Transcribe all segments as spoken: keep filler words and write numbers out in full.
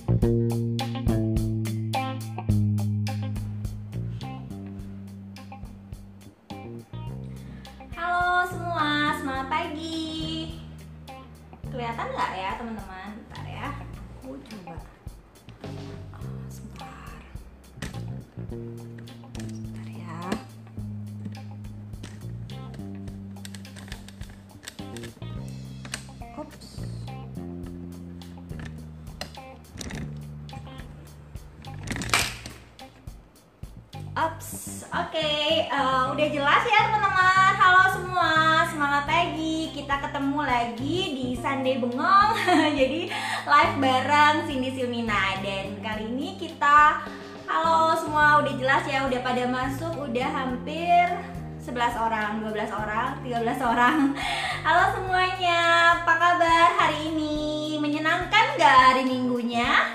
Halo semua, semangat pagi. Kelihatan nggak ya teman-teman? Bentar ya, aku coba. Oh, sebentar. Sebentar ya. Ups. Ups, oke, okay. uh, udah jelas ya teman-teman. Halo semua, semangat pagi. Kita ketemu lagi di Sunday Bengong. Jadi live bareng Cindy Silmina. Dan kali ini kita, halo semua, udah jelas ya, udah pada masuk, udah hampir sebelas orang, dua belas orang, tiga belas orang. Halo semuanya, apa kabar hari ini? Menyenangkan gak hari minggunya?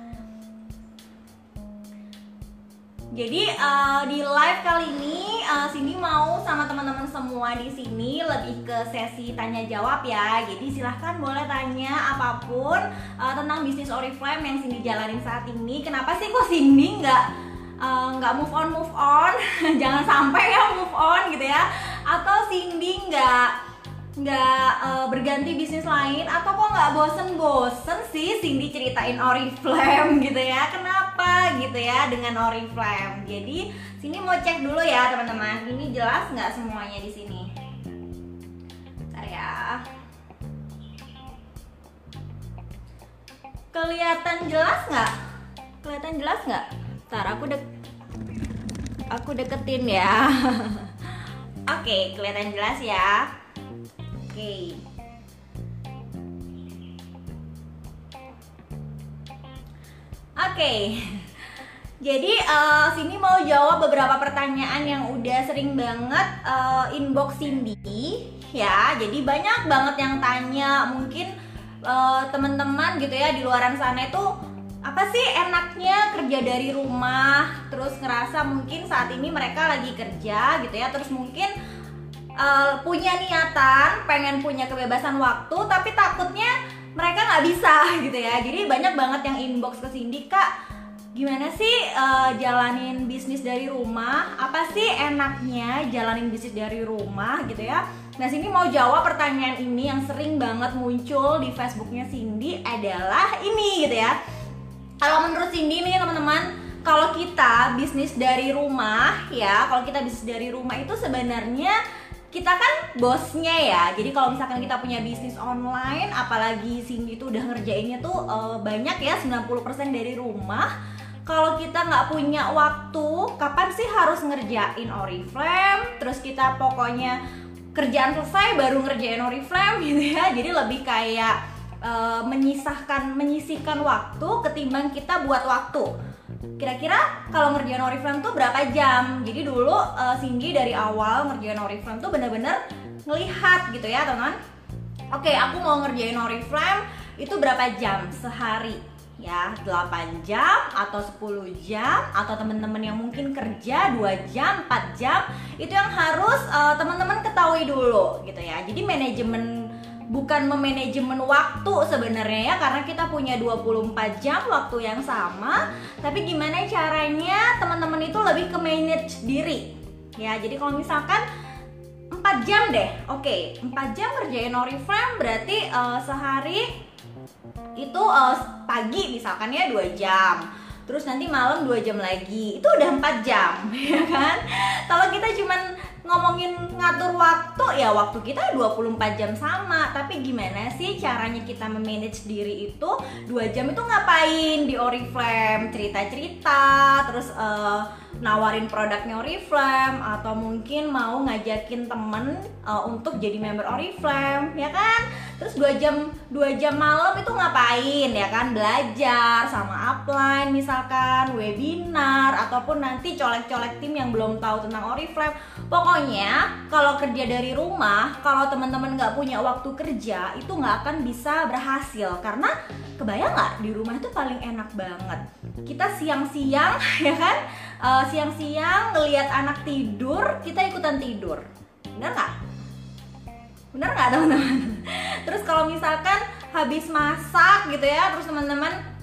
Jadi uh, di live kali ini uh, Cindy mau sama teman-teman semua di sini lebih ke sesi tanya jawab ya. Jadi silahkan boleh tanya apapun uh, tentang bisnis Oriflame yang Cindy jalanin saat ini. Kenapa sih kok Cindy nggak uh, nggak move on move on? Jangan sampai ya move on gitu ya. Atau Cindy nggak nggak uh, berganti bisnis lain, atau kok nggak bosen-bosen sih Cindy ceritain Oriflame gitu ya. Kenapa gitu ya dengan Oriflame? Jadi sini mau cek dulu ya teman-teman, ini jelas nggak semuanya di sini? Bentar ya. Kelihatan jelas nggak? Kelihatan jelas nggak? Ntar aku dek aku deketin ya. Oke, kelihatan jelas ya. Oke. Oke. Jadi uh, sini mau jawab beberapa pertanyaan yang udah sering banget uh, inbox Cindy ya. Jadi banyak banget yang tanya, mungkin uh, teman-teman gitu ya di luaran sana itu apa sih enaknya kerja dari rumah, terus ngerasa mungkin saat ini mereka lagi kerja gitu ya, terus mungkin Uh, punya niatan pengen punya kebebasan waktu tapi takutnya mereka nggak bisa gitu ya. Jadi banyak banget yang inbox ke Cindy, Kak gimana sih uh, jalanin bisnis dari rumah, apa sih enaknya jalanin bisnis dari rumah gitu ya. Nah Cindy mau jawab pertanyaan ini yang sering banget muncul di Facebooknya Cindy adalah ini gitu ya. Kalau menurut Cindy nih teman-teman, kalau kita bisnis dari rumah ya, kalau kita bisnis dari rumah itu sebenarnya kita kan bosnya ya. Jadi kalau misalkan kita punya bisnis online, apalagi Cindy tuh udah ngerjainnya tuh uh, banyak ya, sembilan puluh persen dari rumah. Kalau kita nggak punya waktu, kapan sih harus ngerjain Oriflame? Terus kita pokoknya kerjaan selesai baru ngerjain Oriflame gitu ya. Jadi lebih kayak uh, menyisahkan, menyisihkan waktu ketimbang kita buat waktu. Kira-kira kalau ngerjain Oriflame tuh berapa jam? Jadi dulu uh, Cindy dari awal ngerjain Oriflame tuh bener-bener ngelihat gitu ya teman. Oke, aku mau ngerjain Oriflame itu berapa jam sehari? Ya, delapan jam atau sepuluh jam, atau teman-teman yang mungkin kerja dua jam, empat jam, itu yang harus uh, teman-teman ketahui dulu gitu ya. Jadi manajemen, bukan memanajemen waktu sebenarnya ya, karena kita punya dua puluh empat jam waktu yang sama, tapi gimana caranya teman-teman itu lebih ke manage diri ya. Jadi kalau misalkan empat jam deh, oke, empat jam ngerjain Oriflame berarti uh, sehari itu uh, pagi misalkan ya dua jam, terus nanti malam dua jam lagi, itu udah empat jam ya kan. Kalau kita cuman ngomongin ngatur waktu ya, waktu kita dua puluh empat jam sama, tapi gimana sih caranya kita memanage diri itu? Dua jam itu ngapain di Oriflame? Cerita-cerita, terus uh, nawarin produknya Oriflame, atau mungkin mau ngajakin temen uh, untuk jadi member Oriflame ya kan. Terus dua jam dua jam malam itu ngapain ya kan? Belajar sama upline misalkan, webinar, ataupun nanti colek-colek tim yang belum tahu tentang Oriflame. Pokoknya kalau kerja dari rumah, kalau teman-teman nggak punya waktu kerja, itu nggak akan bisa berhasil. Karena kebayang nggak, di rumah itu paling enak banget. Kita siang-siang ya kan, uh, siang-siang ngelihat anak tidur, kita ikutan tidur. Bener nggak? Bener nggak teman-teman? Terus kalau misalkan habis masak gitu ya, terus teman-teman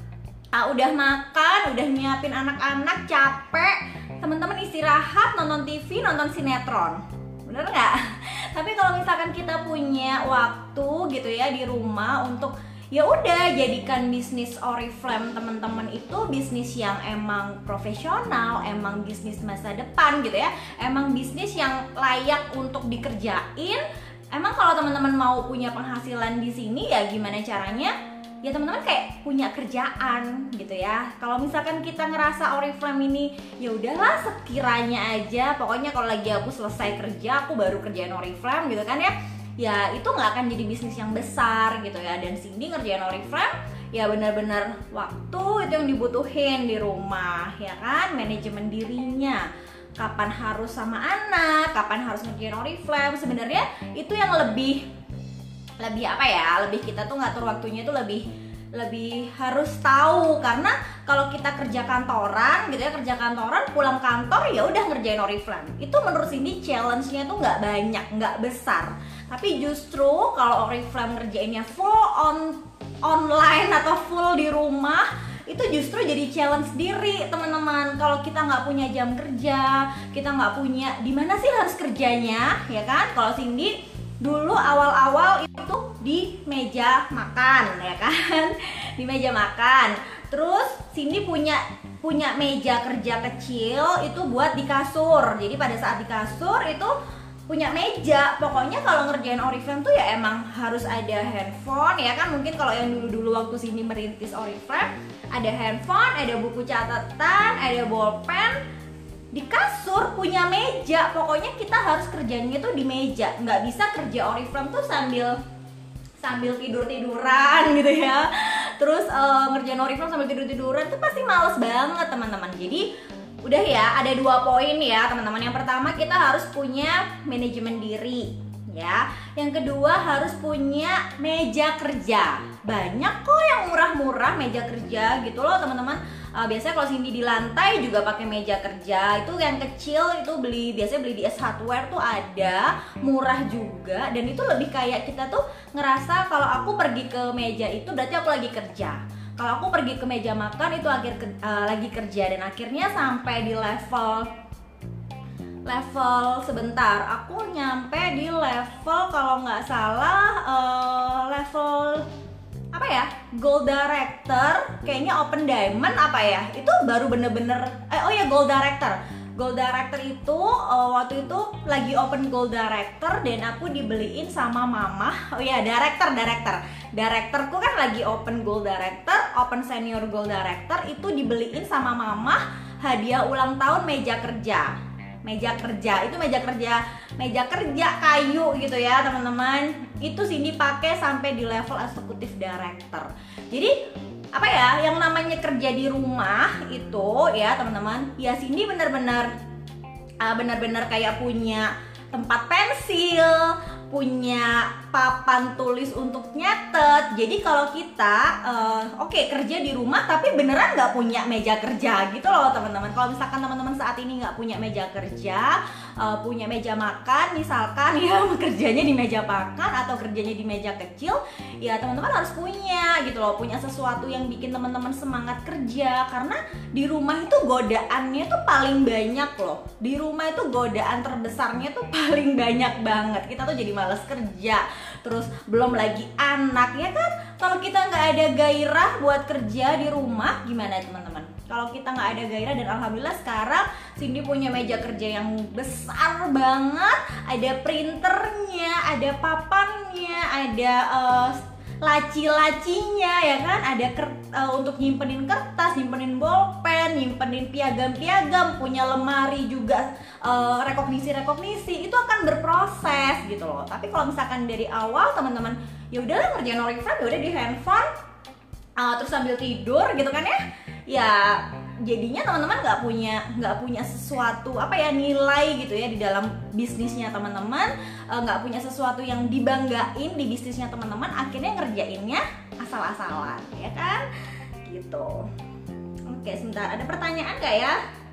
ah, udah makan, udah nyiapin anak-anak, capek, teman-teman istirahat, nonton T V, nonton sinetron, bener nggak? Tapi kalau misalkan kita punya waktu gitu ya di rumah untuk ya udah jadikan bisnis Oriflame teman-teman itu bisnis yang emang profesional, emang bisnis masa depan gitu ya, emang bisnis yang layak untuk dikerjain. Emang kalau teman-teman mau punya penghasilan di sini ya gimana caranya? Ya teman-teman kayak punya kerjaan gitu ya. Kalau misalkan kita ngerasa Oriflame ini ya udahlah sekiranya aja, pokoknya kalau lagi aku selesai kerja aku baru kerjain Oriflame gitu kan ya, ya itu nggak akan jadi bisnis yang besar gitu ya. Dan Cindy ngerjain Oriflame ya benar-benar waktu itu yang dibutuhin di rumah ya kan, manajemen dirinya, kapan harus sama anak, kapan harus ngerjain Oriflame, sebenarnya itu yang lebih lebih apa ya, lebih kita tuh ngatur waktunya tuh lebih lebih harus tahu. Karena kalau kita kerja kantoran gitu ya, kerja kantoran pulang kantor ya udah ngerjain Oriflame, itu menurut Cindy challenge-nya tuh nggak banyak, nggak besar. Tapi justru kalau Oriflame ngerjainnya full on online atau full di rumah, itu justru jadi challenge diri teman-teman. Kalau kita nggak punya jam kerja, kita nggak punya di mana sih harus kerjanya ya kan. Kalau Cindy dulu awal-awal itu di meja makan ya kan, di meja makan. Terus Cindy punya punya meja kerja kecil itu buat di kasur. Jadi pada saat di kasur itu punya meja. Pokoknya kalau ngerjain Oriflame tuh ya emang harus ada handphone ya kan. Mungkin kalau yang dulu-dulu waktu Cindy merintis Oriflame ada handphone, ada buku catatan, ada bolpen. Di kasur punya meja, pokoknya kita harus kerjanya tuh di meja. Nggak bisa kerja Oriflame tuh sambil sambil tidur-tiduran gitu ya. Terus uh, ngerjain Oriflame sambil tidur-tiduran tuh pasti males banget teman-teman. Jadi udah ya, ada dua poin ya teman-teman. Yang pertama kita harus punya manajemen diri ya. Yang kedua harus punya meja kerja. Banyak kok yang murah-murah meja kerja gitu loh teman-teman. Uh, biasanya kalau Cindy di lantai juga pakai meja kerja. Itu yang kecil itu beli biasanya beli di S Hardware tuh ada, murah juga. Dan itu lebih kayak kita tuh ngerasa kalau aku pergi ke meja itu berarti aku lagi kerja. Kalau aku pergi ke meja makan itu akhir uh, lagi kerja. Dan akhirnya sampai di level level sebentar, aku nyampe di level kalau nggak salah uh, level apa ya, Gold Director, kayaknya Open Diamond apa ya, itu baru bener-bener eh oh ya Gold Director. Gold Director itu uh, waktu itu lagi Open Gold Director dan aku dibeliin sama mama. Oh ya Director Director Directorku kan lagi Open Gold Director, Open Senior Gold Director, itu dibeliin sama mama hadiah ulang tahun meja kerja. Meja kerja itu meja kerja meja kerja kayu gitu ya teman-teman. Itu Cindy pakai sampai di level eksekutif director. Jadi apa ya, yang namanya kerja di rumah itu ya teman-teman, ya Cindy benar-benar uh, benar-benar kayak punya tempat pensil, punya papan tulis untuk nyatet. Jadi kalau kita uh, oke okay, kerja di rumah tapi beneran nggak punya meja kerja gitu loh teman-teman. Kalau misalkan teman-teman saat ini nggak punya meja kerja, uh, punya meja makan misalkan ya, kerjanya di meja makan atau kerjanya di meja kecil, ya teman-teman harus punya gitu loh, punya sesuatu yang bikin teman-teman semangat kerja. Karena di rumah itu godaannya tuh paling banyak loh. Di rumah itu godaan terbesarnya tuh paling banyak banget. Kita tuh jadi malas kerja, terus belum lagi anak ya kan. Kalau kita nggak ada gairah buat kerja di rumah gimana teman-teman? Kalau kita nggak ada gairah, dan alhamdulillah sekarang Cindy punya meja kerja yang besar banget, ada printernya, ada papannya, ada uh, laci-lacinya ya kan, ada uh, untuk nyimpenin kertas, nyimpenin bolpen, nyimpenin piagam-piagam, punya lemari juga uh, rekognisi-rekognisi. Itu akan berproses gitu loh. Tapi kalau misalkan dari awal teman-teman ya udahlah ngerjain Oriflame, ya udah di handphone uh, terus sambil tidur gitu kan ya, ya jadinya teman-teman nggak punya nggak punya sesuatu apa ya, nilai gitu ya di dalam bisnisnya teman-teman, nggak punya sesuatu yang dibanggain di bisnisnya teman-teman, akhirnya ngerjainnya asal-asalan ya kan gitu. Oke sebentar, ada pertanyaan nggak ya?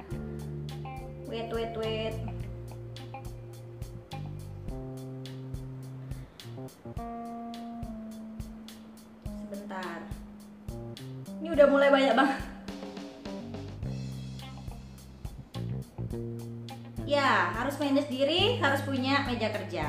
Wait wait wait sebentar, ini udah mulai banyak banget. Ya, harus manage diri, harus punya meja kerja.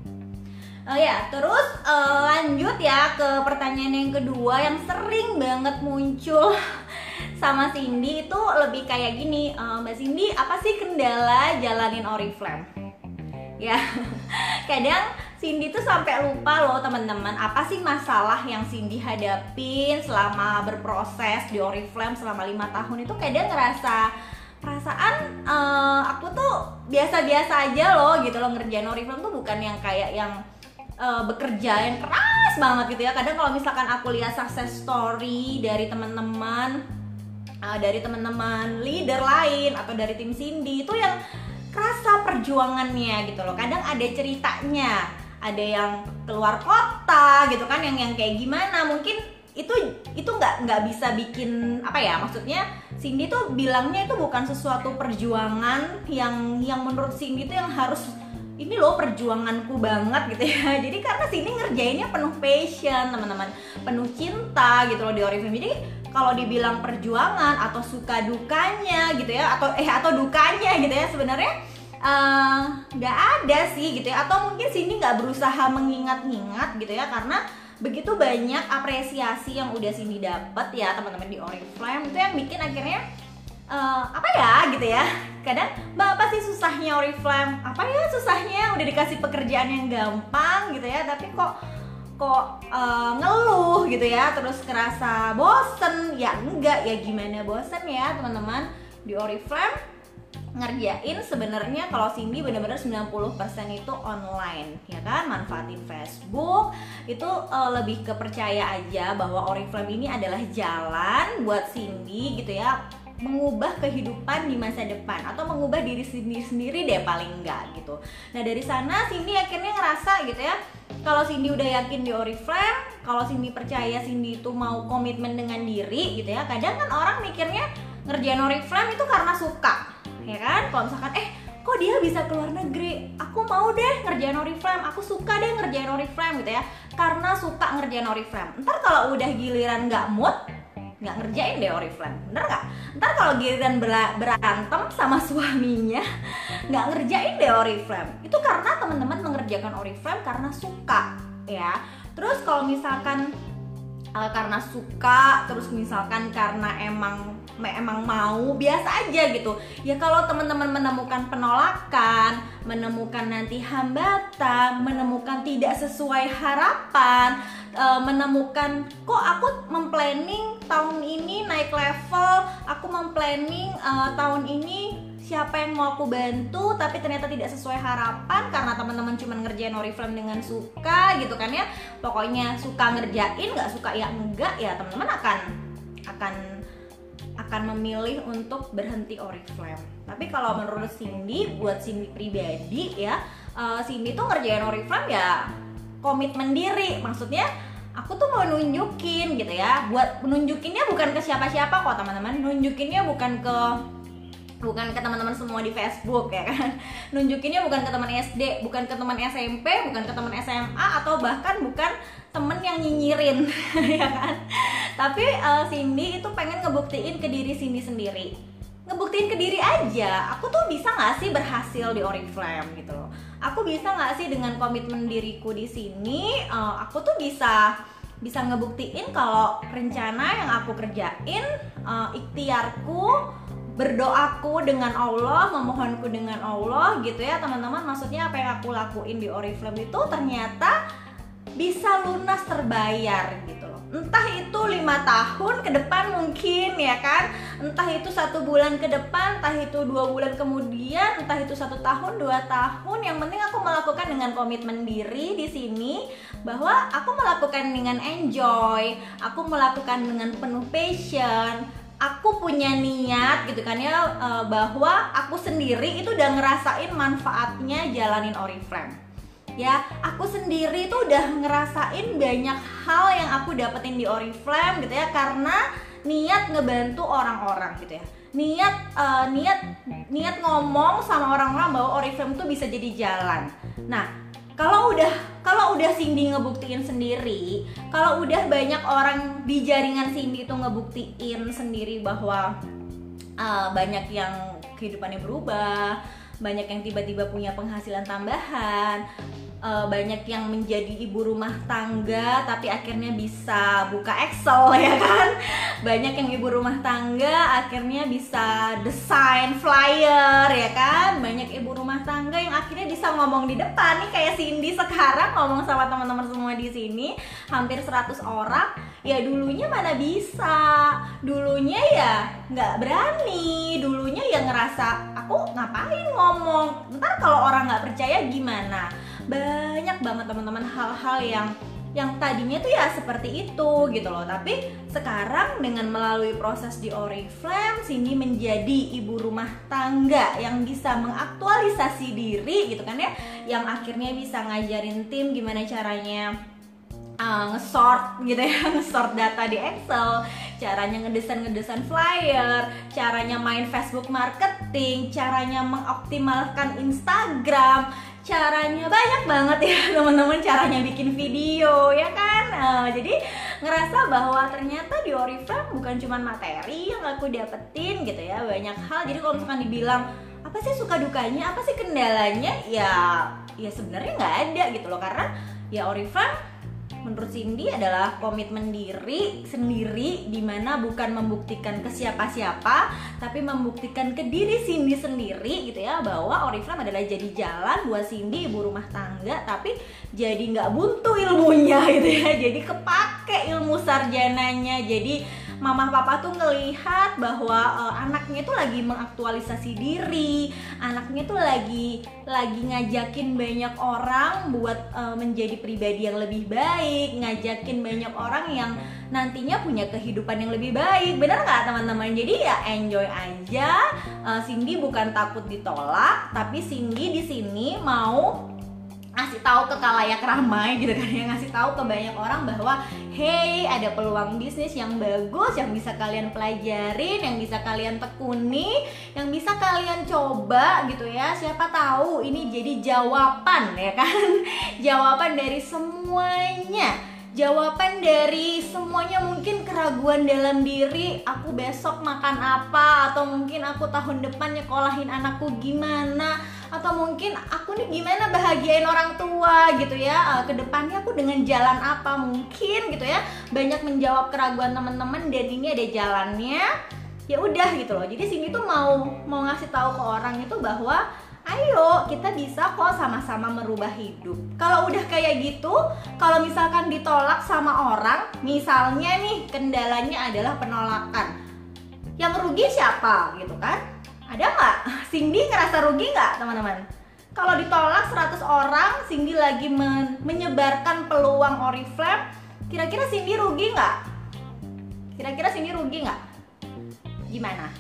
Oh ya, terus uh, lanjut ya ke pertanyaan yang kedua yang sering banget muncul sama Cindy. Itu lebih kayak gini, uh, Mbak Cindy, apa sih kendala jalanin Oriflame? Ya, kadang Cindy tuh sampai lupa loh teman-teman, apa sih masalah yang Cindy hadapin selama berproses di Oriflame selama lima tahun itu. Kadang ngerasa perasaan uh, aku tuh biasa-biasa aja loh gitu loh, ngerjain Oriflame tuh bukan yang kayak yang uh, bekerja yang keras banget gitu ya. Kadang kalau misalkan aku lihat success story dari teman-teman uh, dari teman-teman leader lain atau dari tim Cindy itu yang kerasa perjuangannya gitu loh. Kadang ada ceritanya, ada yang keluar kota gitu kan, yang yang kayak gimana, mungkin itu itu nggak nggak bisa bikin apa ya, maksudnya Cindy tuh bilangnya itu bukan sesuatu perjuangan yang yang menurut Cindy tuh yang harus ini loh perjuanganku banget gitu ya. Jadi karena Cindy ngerjainnya penuh passion teman-teman, penuh cinta gitu loh di Oriflame. Jadi kalau dibilang perjuangan atau suka dukanya gitu ya, atau eh atau dukanya gitu ya, sebenarnya nggak uh, ada sih gitu ya. Atau mungkin Cindy nggak berusaha mengingat-ingat gitu ya, karena begitu banyak apresiasi yang udah Cindy dapat ya teman-teman di Oriflame, itu yang bikin akhirnya uh, apa ya gitu ya. Kadang, Mbak, apa sih susahnya Oriflame? Apa ya susahnya, udah dikasih pekerjaan yang gampang gitu ya, tapi kok kok uh, ngeluh gitu ya, terus kerasa bosen. Ya enggak, ya gimana bosen ya teman-teman. Di Oriflame ngerjain sebenarnya kalau Cindy bener-bener sembilan puluh persen itu online ya kan, manfaatin Facebook itu uh, lebih kepercaya aja bahwa Oriflame ini adalah jalan buat Cindy gitu ya, mengubah kehidupan di masa depan atau mengubah diri Cindy sendiri deh paling enggak gitu. Nah dari sana Cindy akhirnya ngerasa gitu ya, kalau Cindy udah yakin di Oriflame, kalau Cindy percaya Cindy itu mau komitmen dengan diri gitu ya. Kadang kan orang mikirnya ngerjain Oriflame itu karena suka ya kan. Kalau misalkan eh kok dia bisa keluar negeri, aku mau deh ngerjain Oriflame, aku suka deh ngerjain Oriflame gitu ya, karena suka ngerjain Oriflame. Ntar kalau udah giliran nggak mood, nggak ngerjain deh Oriflame, bener nggak? Ntar kalau giliran berantem sama suaminya, nggak ngerjain deh Oriflame. Itu karena teman-teman mengerjakan Oriflame karena suka ya. Terus kalau misalkan uh, karena suka, terus misalkan karena emang emang mau, biasa aja gitu ya. Kalau teman-teman menemukan penolakan, menemukan nanti hambatan, menemukan tidak sesuai harapan, uh, menemukan kok aku memplanning tahun ini naik level, aku memplanning uh, tahun ini siapa yang mau aku bantu, tapi ternyata tidak sesuai harapan karena teman-teman cuma ngerjain Oriflame dengan suka gitu kan ya. Pokoknya suka ngerjain, nggak suka ya enggak, ya teman-teman akan akan akan memilih untuk berhenti Oriflame. Tapi kalau menurut Cindy, buat Cindy pribadi ya, uh, Cindy tuh ngerjain Oriflame ya komitmen diri. Maksudnya aku tuh mau nunjukin gitu ya, buat menunjukinnya bukan ke siapa-siapa kok teman-teman, nunjukinnya bukan ke bukan ke teman-teman semua di Facebook ya kan, nunjukinnya bukan ke teman S D, bukan ke teman S M P, bukan ke teman S M A, atau bahkan bukan temen yang nyinyirin ya kan. Tapi uh, Cindy itu pengen ngebuktiin ke diri Cindy sendiri, ngebuktiin ke diri aja, aku tuh bisa nggak sih berhasil di Oriflame gitu loh. Aku bisa nggak sih dengan komitmen diriku di sini, uh, aku tuh bisa bisa ngebuktiin kalau rencana yang aku kerjain, uh, ikhtiarku, berdoaku dengan Allah, memohonku dengan Allah gitu ya teman-teman. Maksudnya apa yang aku lakuin di Oriflame itu ternyata bisa lunas, terbayar gitu loh. Entah itu lima tahun ke depan mungkin ya kan, entah itu satu bulan ke depan, entah itu dua bulan kemudian, entah itu satu tahun, dua tahun. Yang penting aku melakukan dengan komitmen diri di sini, bahwa aku melakukan dengan enjoy, aku melakukan dengan penuh passion. Aku punya niat gitu kan ya, bahwa aku sendiri itu udah ngerasain manfaatnya jalanin Oriflame. Ya, aku sendiri tuh udah ngerasain banyak hal yang aku dapetin di Oriflame gitu ya, karena niat ngebantu orang-orang gitu ya. Niat uh, niat niat ngomong sama orang-orang bahwa Oriflame tuh bisa jadi jalan. Nah, Kalau udah kalau udah Cindy ngebuktiin sendiri, kalau udah banyak orang di jaringan Cindy tuh ngebuktiin sendiri bahwa uh, banyak yang kehidupannya berubah, banyak yang tiba-tiba punya penghasilan tambahan, uh, banyak yang menjadi ibu rumah tangga tapi akhirnya bisa buka Excel ya kan, banyak yang ibu rumah tangga akhirnya bisa desain flyer ya kan, banyak ibu rumah tangga yang akhirnya bisa ngomong di depan nih kayak Cindy sekarang ngomong sama teman-teman semua di sini hampir seratus orang. Ya dulunya mana bisa, dulunya ya nggak berani, dulunya ya ngerasa aku ngapain ngomong, ntar kalau orang nggak percaya gimana. Banyak banget teman-teman hal-hal yang yang tadinya tuh ya seperti itu gitu loh. Tapi sekarang dengan melalui proses di Oriflame, Cindy menjadi ibu rumah tangga yang bisa mengaktualisasi diri gitu kan ya, yang akhirnya bisa ngajarin tim gimana caranya Uh, nge-sort gitu ya, nge-sort data di Excel, caranya ngedesain-ngedesain flyer, caranya main Facebook marketing, caranya mengoptimalkan Instagram, caranya banyak banget ya teman-teman, caranya bikin video ya kan. Uh, jadi ngerasa bahwa ternyata di Oriflame bukan cuma materi yang aku dapetin gitu ya, banyak hal. Jadi kalau misalkan dibilang apa sih suka dukanya, apa sih kendalanya, ya ya sebenarnya nggak ada gitu loh, karena ya Oriflame menurut Cindy adalah komitmen diri sendiri, dimana bukan membuktikan ke siapa-siapa tapi membuktikan ke diri Cindy sendiri gitu ya, bahwa Oriflame adalah jadi jalan buat Cindy ibu rumah tangga tapi jadi nggak buntu ilmunya gitu ya, jadi kepake ilmu sarjananya. Jadi mama papa tuh ngelihat bahwa uh, anaknya tuh lagi mengaktualisasi diri, anaknya tuh lagi lagi ngajakin banyak orang buat uh, menjadi pribadi yang lebih baik, ngajakin banyak orang yang nantinya punya kehidupan yang lebih baik. Benar nggak teman-teman? Jadi ya enjoy aja. uh, Cindy bukan takut ditolak, tapi Cindy di sini mau ngasih tahu ke kalayak ramai gitu kan ya, ngasih tahu ke banyak orang bahwa hey, ada peluang bisnis yang bagus yang bisa kalian pelajarin, yang bisa kalian tekuni, yang bisa kalian coba gitu ya. Siapa tahu ini jadi jawaban ya kan, jawaban dari semuanya, jawaban dari semuanya. Mungkin keraguan dalam diri, aku besok makan apa, atau mungkin aku tahun depan nyekolahin anakku gimana, atau mungkin aku nih gimana bahagiain orang tua gitu ya, uh, kedepannya aku dengan jalan apa, mungkin gitu ya. Banyak menjawab keraguan teman-teman dan ini ada jalannya. Ya udah gitu loh. Jadi sini tuh mau mau ngasih tahu ke orang itu bahwa ayo kita bisa kok sama-sama merubah hidup. Kalau udah kayak gitu, kalau misalkan ditolak sama orang, misalnya nih kendalanya adalah penolakan, yang rugi siapa gitu kan? Ada nggak? Cindy ngerasa rugi nggak teman-teman? Kalau ditolak seratus orang, Cindy lagi men- menyebarkan peluang Oriflame, kira-kira Cindy rugi nggak? Kira-kira Cindy rugi nggak? Gimana?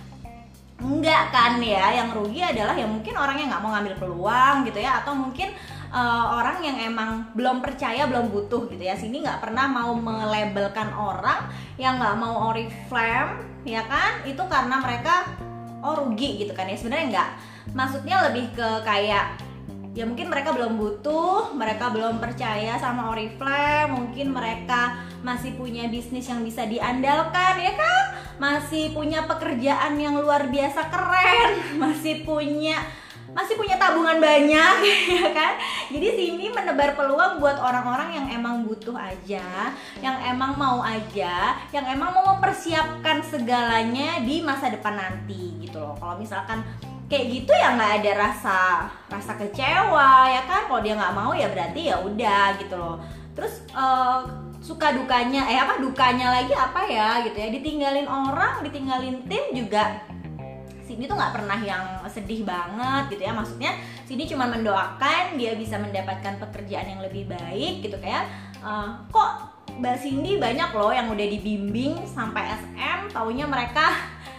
Enggak kan ya, yang rugi adalah yang mungkin orang yang nggak mau ngambil peluang gitu ya, atau mungkin uh, orang yang emang belum percaya, belum butuh gitu ya. Cindy nggak pernah mau melabelkan orang yang nggak mau Oriflame ya kan, itu karena mereka oh rugi gitu kan ya. Sebenarnya enggak, maksudnya lebih ke kayak ya mungkin mereka belum butuh, mereka belum percaya sama Oriflame, mungkin mereka masih punya bisnis yang bisa diandalkan ya kan, masih punya pekerjaan yang luar biasa keren, masih punya masih punya tabungan banyak ya kan. Jadi sini menebar peluang buat orang-orang yang emang butuh aja, yang emang mau aja, yang emang mau mempersiapkan segalanya di masa depan nanti gitu loh. Kalau misalkan kayak gitu ya nggak ada rasa rasa kecewa ya kan. Kalau dia nggak mau ya berarti ya udah gitu loh. Terus uh, suka dukanya eh apa dukanya lagi apa ya gitu ya, ditinggalin orang, ditinggalin tim juga Cindy tuh nggak pernah yang sedih banget gitu ya. Maksudnya Cindy cuma mendoakan dia bisa mendapatkan pekerjaan yang lebih baik gitu kayak uh, kok Mbak Cindy banyak loh yang udah dibimbing sampai S M, taunya mereka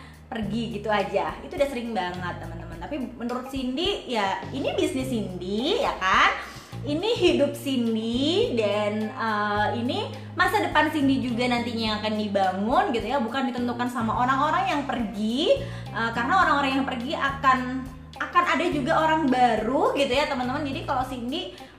pergi gitu aja. Itu udah sering banget teman-teman. Tapi menurut Cindy ya ini bisnis Cindy ya kan, ini hidup Cindy, dan uh, ini masa depan Cindy juga nantinya yang akan dibangun gitu ya, bukan ditentukan sama orang-orang yang pergi, uh, karena orang-orang yang pergi akan akan ada juga orang baru gitu ya teman-teman. Jadi kalau Cindy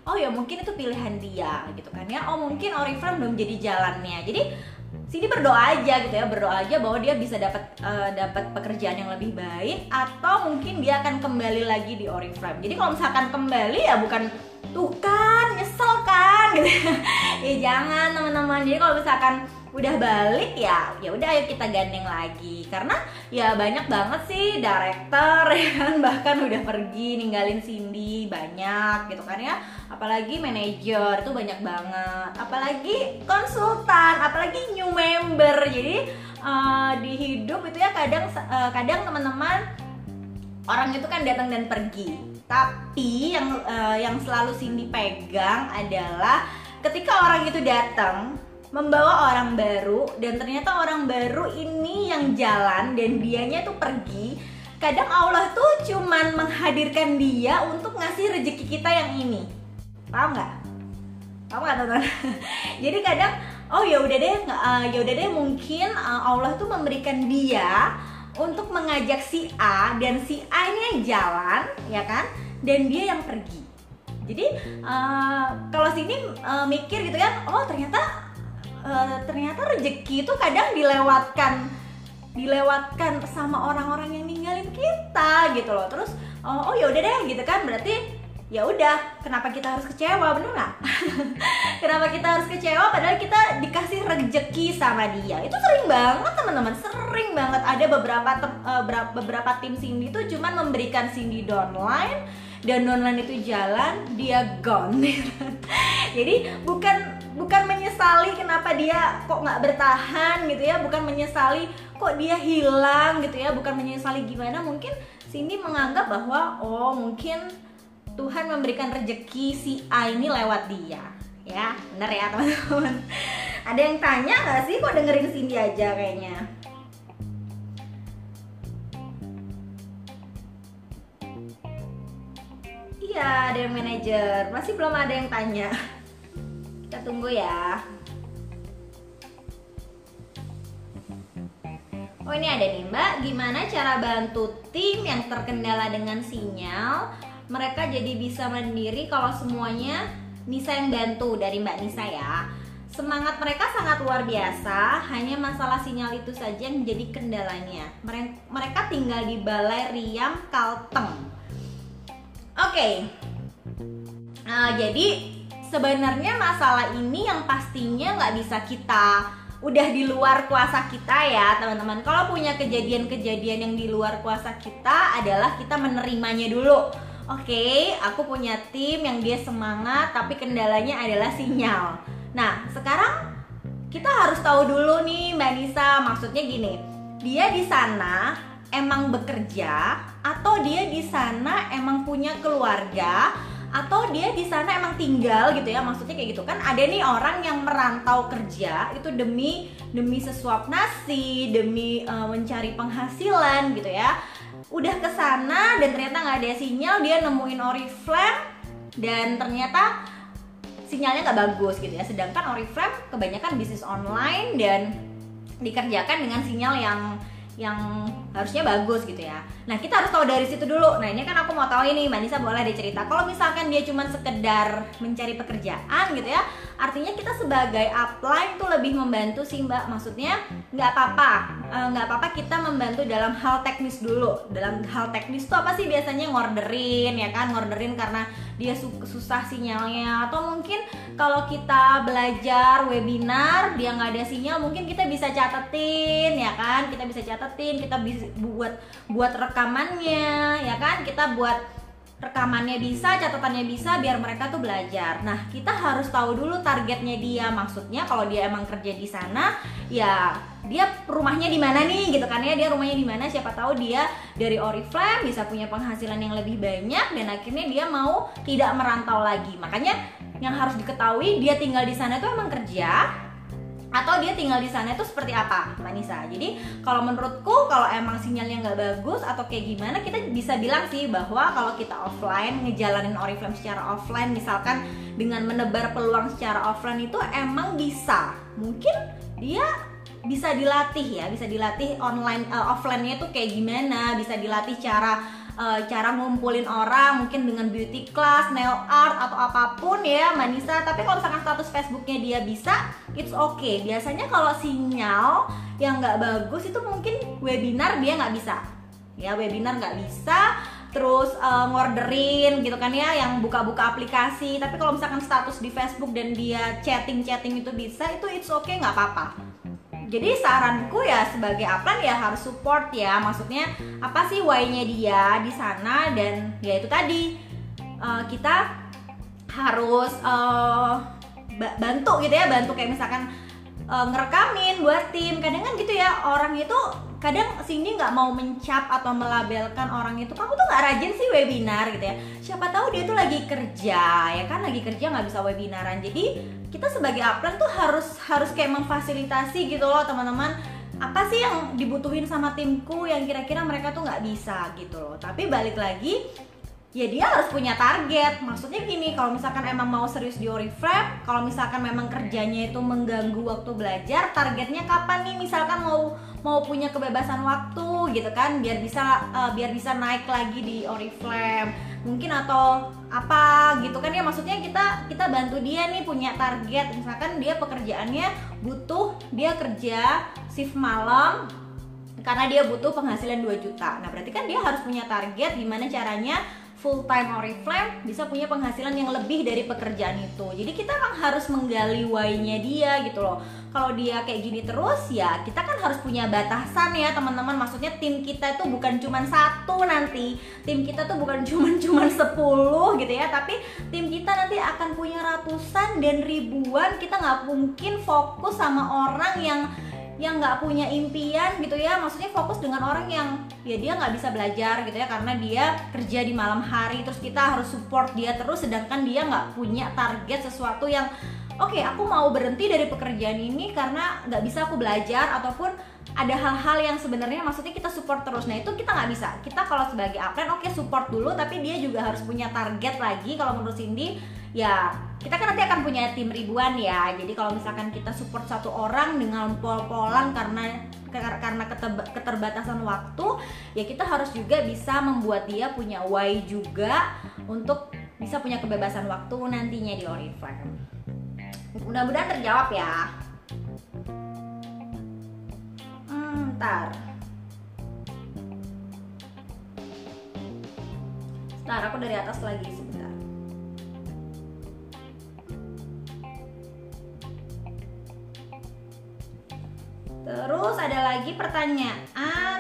oh ya mungkin itu pilihan dia gitu kan ya, oh mungkin Oriflame belum jadi jalannya. Jadi Cindy berdoa aja gitu ya, berdoa aja bahwa dia bisa dapat uh, dapat pekerjaan yang lebih baik, atau mungkin dia akan kembali lagi di Oriflame. Jadi kalau misalkan kembali ya bukan tuh kan nyesel kan gitu. Ya jangan teman-teman. Jadi kalau misalkan udah balik ya ya udah ayo kita gandeng lagi, karena ya banyak banget sih director ya kan, bahkan udah pergi ninggalin Cindy banyak gitu kan ya, apalagi manajer itu banyak banget, apalagi konsultan, apalagi new member. Jadi uh, di hidup itu ya kadang uh, kadang teman-teman orang itu kan datang dan pergi, tapi yang uh, yang selalu Cindy pegang adalah ketika orang itu datang membawa orang baru, dan ternyata orang baru ini yang jalan dan dianya tuh pergi. Kadang Allah tuh cuman menghadirkan dia untuk ngasih rezeki kita yang ini. Paham nggak? Paham nggak teman-teman? Jadi kadang oh ya udah deh, uh, ya udah deh mungkin uh, Allah tuh memberikan dia untuk mengajak si A, dan si A ini yang jalan, ya kan? Dan dia yang pergi. Jadi uh, kalau sini uh, mikir gitu kan, oh ternyata Uh, ternyata rezeki itu kadang dilewatkan dilewatkan sama orang-orang yang ninggalin kita gitu loh. Terus oh, oh ya udah deh gitu kan, berarti ya udah, kenapa kita harus kecewa, bener nggak? Kenapa kita harus kecewa padahal kita dikasih rezeki sama dia? Itu sering banget teman-teman, sering banget. Ada beberapa tem, uh, beberapa tim Cindy tuh cuman memberikan Cindy downline, dan downline itu jalan, dia gone. Jadi bukan bukan menyesali kenapa dia kok nggak bertahan gitu ya, bukan menyesali kok dia hilang gitu ya, bukan menyesali gimana. Mungkin Cindy menganggap bahwa oh mungkin Tuhan memberikan rezeki si A ini lewat dia, ya bener ya teman-teman. Ada yang tanya nggak sih, kok dengerin Cindy aja kayaknya? Iya, ada yang manajer, masih belum ada yang tanya. Kita tunggu ya. Oh ini ada nih Mbak, gimana cara bantu tim yang terkendala dengan sinyal mereka jadi bisa mandiri kalau semuanya Nisa yang bantu? Dari Mbak Nisa ya. Semangat mereka sangat luar biasa, hanya masalah sinyal itu saja yang menjadi kendalanya. Mereka tinggal di Balai Riam, Kalteng. Oke, okay. uh, jadi sebenarnya masalah ini yang pastinya nggak bisa kita, udah di luar kuasa kita ya teman-teman. Kalau punya kejadian-kejadian yang di luar kuasa kita adalah kita menerimanya dulu. Oke, okay, aku punya tim yang dia semangat tapi kendalanya adalah sinyal. Nah sekarang kita harus tahu dulu nih Mbak Nisa, maksudnya gini, dia di sana emang bekerja, atau dia di sana emang punya keluarga, atau dia di sana emang tinggal gitu ya, maksudnya kayak gitu kan. Ada nih orang yang merantau kerja itu demi demi sesuap nasi, demi uh, mencari penghasilan gitu ya. Udah ke sana dan ternyata nggak ada sinyal, dia nemuin Oriflame dan ternyata sinyalnya nggak bagus gitu ya. Sedangkan Oriflame kebanyakan bisnis online dan dikerjakan dengan sinyal yang yang harusnya bagus gitu ya. Nah kita harus tahu dari situ dulu. Nah ini kan aku mau tahu ini Mbak Nisa, boleh dicerita kalau misalkan dia cuma sekedar mencari pekerjaan gitu ya, artinya kita sebagai upline tuh lebih membantu sih Mbak. Maksudnya nggak apa-apa, nggak apa-apa kita membantu dalam hal teknis dulu. Dalam hal teknis tuh apa sih? Biasanya ngorderin ya kan, ngorderin karena dia susah sinyalnya, atau mungkin kalau kita belajar webinar dia nggak ada sinyal, mungkin kita bisa catetin ya kan, kita bisa catetin, kita bisa buat buat rekamannya ya kan, kita buat rekamannya bisa, catatannya bisa, biar mereka tuh belajar. Nah kita harus tahu dulu targetnya dia, maksudnya kalau dia emang kerja di sana ya dia rumahnya di mana nih gitu kan ya, dia rumahnya di mana, siapa tahu dia dari Oriflame bisa punya penghasilan yang lebih banyak dan akhirnya dia mau tidak merantau lagi. Makanya yang harus diketahui, dia tinggal di sana tuh emang kerja atau dia tinggal di sana itu seperti apa Mbak Nisa. Jadi kalau menurutku kalau emang sinyalnya nggak bagus atau kayak gimana, kita bisa bilang sih bahwa kalau kita offline ngejalanin Oriflame secara offline, misalkan dengan menebar peluang secara offline itu emang bisa, mungkin dia bisa dilatih ya, bisa dilatih online uh, offline-nya tuh kayak gimana, bisa dilatih cara uh, cara ngumpulin orang mungkin dengan beauty class, nail art atau apapun ya Mbak Nisa. Tapi kalau misalkan status Facebooknya dia bisa, it's okay. Biasanya kalau sinyal yang nggak bagus itu mungkin webinar dia nggak bisa, ya webinar nggak bisa. Terus uh, ngorderin gitu kan ya, yang buka-buka aplikasi. Tapi kalau misalkan status di Facebook dan dia chatting-chatting itu bisa, itu it's okay, nggak apa-apa. Jadi saranku ya sebagai upline ya harus support ya. Maksudnya apa sih why-nya dia di sana, dan ya itu tadi uh, kita harus uh, bantu gitu ya, bantu kayak misalkan uh, ngerekamin buat tim. Kadang kan gitu ya, orang itu kadang Cindy nggak mau mencap atau melabelkan orang itu, kamu tuh nggak rajin sih webinar gitu ya. Siapa tahu dia tuh lagi kerja ya kan, lagi kerja nggak bisa webinaran. Jadi kita sebagai upline tuh harus harus kayak memfasilitasi gitu loh teman-teman. Apa sih yang dibutuhin sama timku yang kira-kira mereka tuh nggak bisa gitu loh. Tapi balik lagi, ya dia harus punya target. Maksudnya gini, kalau misalkan emang mau serius di Oriflame, kalau misalkan memang kerjanya itu mengganggu waktu belajar, targetnya kapan nih? Misalkan mau mau punya kebebasan waktu gitu kan, biar bisa uh, biar bisa naik lagi di Oriflame mungkin, atau apa gitu kan ya. Maksudnya kita kita bantu dia nih punya target. Misalkan dia pekerjaannya butuh dia kerja shift malam karena dia butuh penghasilan dua juta. Nah berarti kan dia harus punya target gimana caranya full time Oriflame bisa punya penghasilan yang lebih dari pekerjaan itu. Jadi kita memang harus menggali why-nya dia gitu loh. Kalau dia kayak gini terus ya kita kan harus punya batasan ya teman-teman. Maksudnya tim kita itu bukan cuma satu nanti, tim kita tuh bukan cuma cuma sepuluh gitu ya, tapi tim kita nanti akan punya ratusan dan ribuan. Kita nggak mungkin fokus sama orang yang yang nggak punya impian gitu ya. Maksudnya fokus dengan orang yang ya dia nggak bisa belajar gitu ya karena dia kerja di malam hari, terus kita harus support dia terus sedangkan dia nggak punya target sesuatu yang oke, okay, aku mau berhenti dari pekerjaan ini karena nggak bisa aku belajar, ataupun ada hal-hal yang sebenarnya maksudnya kita support terus. Nah itu kita nggak bisa. Kita kalau sebagai upline oke okay, support dulu, tapi dia juga harus punya target lagi. Kalau menurut Cindy ya kita kan nanti akan punya tim ribuan ya. Jadi kalau misalkan kita support satu orang dengan pol-polan karena karena keterbatasan waktu, ya kita harus juga bisa membuat dia punya why juga untuk bisa punya kebebasan waktu nantinya di Oriflame. Mudah-mudahan terjawab ya. Hmm, ntar Ntar aku dari atas lagi sebentar. Terus ada lagi pertanyaan.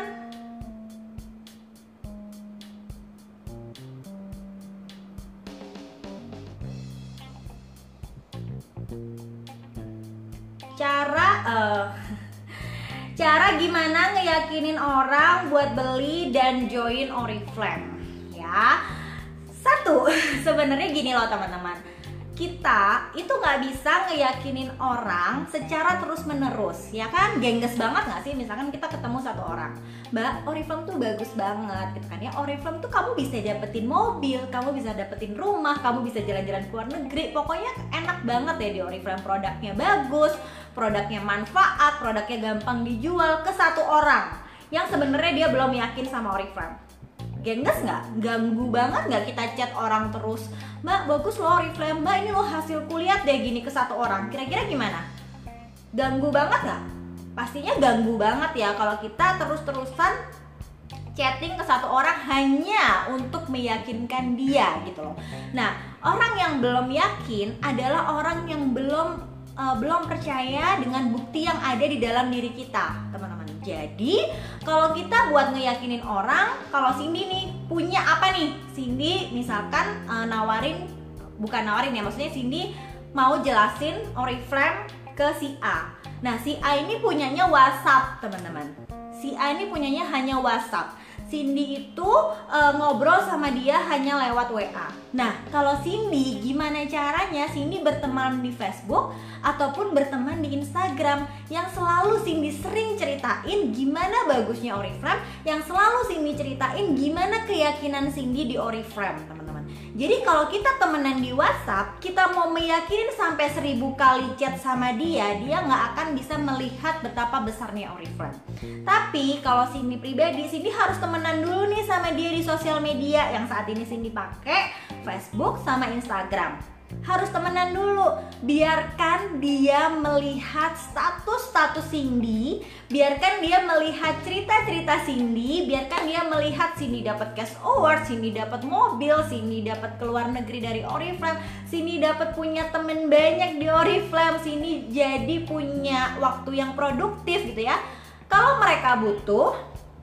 Cara uh, cara gimana ngeyakinin orang buat beli dan join Oriflame ya. Satu, sebenarnya gini loh teman-teman, kita itu nggak bisa ngeyakinin orang secara terus menerus ya kan. Gengges banget nggak sih misalkan kita ketemu satu orang, Mbak Oriflame tuh bagus banget gitu kan ya, Oriflame tuh kamu bisa dapetin mobil, kamu bisa dapetin rumah, kamu bisa jalan-jalan ke luar negeri, pokoknya enak banget ya di Oriflame, produknya bagus, produknya manfaat, produknya gampang dijual, ke satu orang yang sebenarnya dia belum yakin sama Oriflame. Gengges nggak? Ganggu banget nggak kita chat orang terus, Mbak bagus loh Oriflame, Mbak ini loh hasil kuliah deh gini, ke satu orang. Kira-kira gimana? Ganggu banget nggak? Pastinya ganggu banget ya kalau kita terus-terusan chatting ke satu orang hanya untuk meyakinkan dia gitu loh. Nah orang yang belum yakin adalah orang yang belum uh, belum percaya dengan bukti yang ada di dalam diri kita teman-teman. Jadi kalau kita buat ngeyakinin orang, kalau Cindy nih punya apa nih? Cindy misalkan uh, nawarin, bukan nawarin ya, maksudnya Cindy mau jelasin Oriflame ke si A. Nah si A ini punyanya WhatsApp teman-teman. Si A ini punyanya hanya WhatsApp. Cindy itu uh, ngobrol sama dia hanya lewat W A. Nah kalau Cindy gimana caranya Cindy berteman di Facebook ataupun berteman di Instagram, yang selalu Cindy sering ceritain gimana bagusnya Oriflame, yang selalu Cindy ceritain gimana keyakinan Cindy di Oriflame teman-teman. teman. Jadi kalau kita temenan di WhatsApp, kita mau meyakinin sampai seribu kali chat sama dia, dia nggak akan bisa melihat betapa besarnya Oriflame. Tapi kalau Cindy pribadi, Cindy harus temenan dulu nih sama dia di sosial media yang saat ini Cindy pakai, Facebook sama Instagram. Harus temenan dulu, biarkan dia melihat status-status Cindy, biarkan dia melihat cerita-cerita Cindy, biarkan dia melihat Cindy dapat cash award, Cindy dapat mobil, Cindy dapat keluar negeri dari Oriflame, Cindy dapat punya temen banyak di Oriflame, Cindy jadi punya waktu yang produktif gitu ya. Kalau mereka butuh,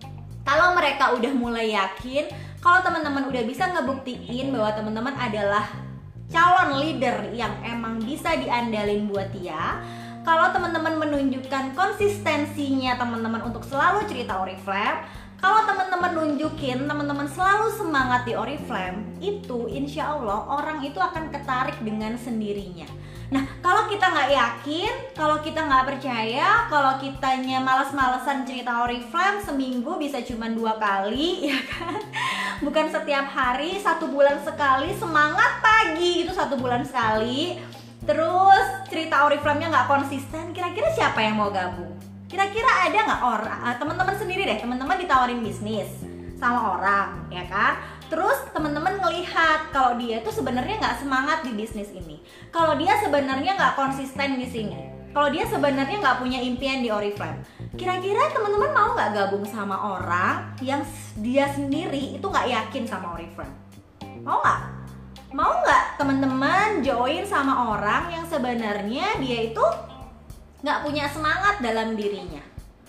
kalau mereka udah mulai yakin, kalau teman-teman udah bisa ngebuktiin bahwa teman-teman adalah calon leader yang emang bisa diandalin buat dia, kalau teman-teman menunjukkan konsistensinya teman-teman untuk selalu cerita Oriflame, kalau teman-teman nunjukin teman-teman selalu semangat di Oriflame, itu insya Allah orang itu akan ketarik dengan sendirinya. Nah, kalau kita nggak yakin, kalau kita nggak percaya, kalau kitanya malas-malesan cerita Oriflame, seminggu bisa cuma dua kali, ya kan? Bukan setiap hari, satu bulan sekali, semangat pagi itu satu bulan sekali. Terus cerita Oriflame-nya nggak konsisten, kira-kira siapa yang mau gabung? Kira-kira ada nggak orang, teman-teman sendiri deh, teman-teman ditawarin bisnis sama orang, ya kan? Terus teman-teman ngelihat kalau dia tuh sebenarnya nggak semangat di bisnis ini, kalau dia sebenarnya nggak konsisten di sini, kalau dia sebenarnya nggak punya impian di Oriflame. Kira-kira teman-teman mau nggak gabung sama orang yang dia sendiri itu nggak yakin sama Oriflame? Mau nggak? Mau nggak teman-teman join sama orang yang sebenarnya dia itu nggak punya semangat dalam dirinya?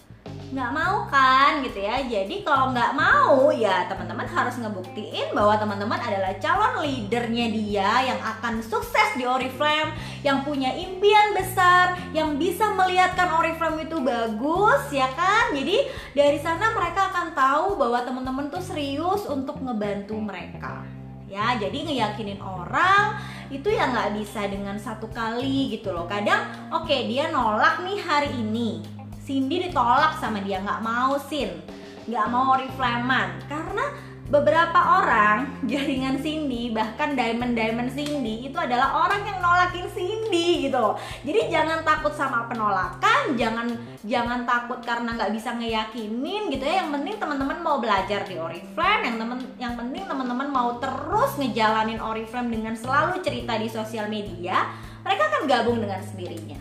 Nggak mau kan gitu ya. Jadi kalau nggak mau ya teman-teman harus ngebuktiin bahwa teman-teman adalah calon leadernya dia yang akan sukses di Oriflame, yang punya impian besar, yang bisa melihatkan Oriflame itu bagus, ya kan. Jadi dari sana mereka akan tahu bahwa teman-teman tuh serius untuk ngebantu mereka. Ya, jadi ngeyakinin orang itu ya nggak bisa dengan satu kali gitu loh. Kadang oke okay, dia nolak nih hari ini, Cindy ditolak sama dia, nggak mau Sin, nggak mau Oriflamean, karena beberapa orang jaringan Cindy, bahkan diamond-diamond Cindy itu adalah orang yang nolakin Cindy gitu loh. Jadi jangan takut sama penolakan, jangan jangan takut karena nggak bisa ngeyakinin gitu ya. Yang penting teman-teman mau belajar di Oriflame, yang temen yang penting teman-teman mau terus ngejalanin Oriflame dengan selalu cerita di sosial media, mereka akan gabung dengan sendirinya.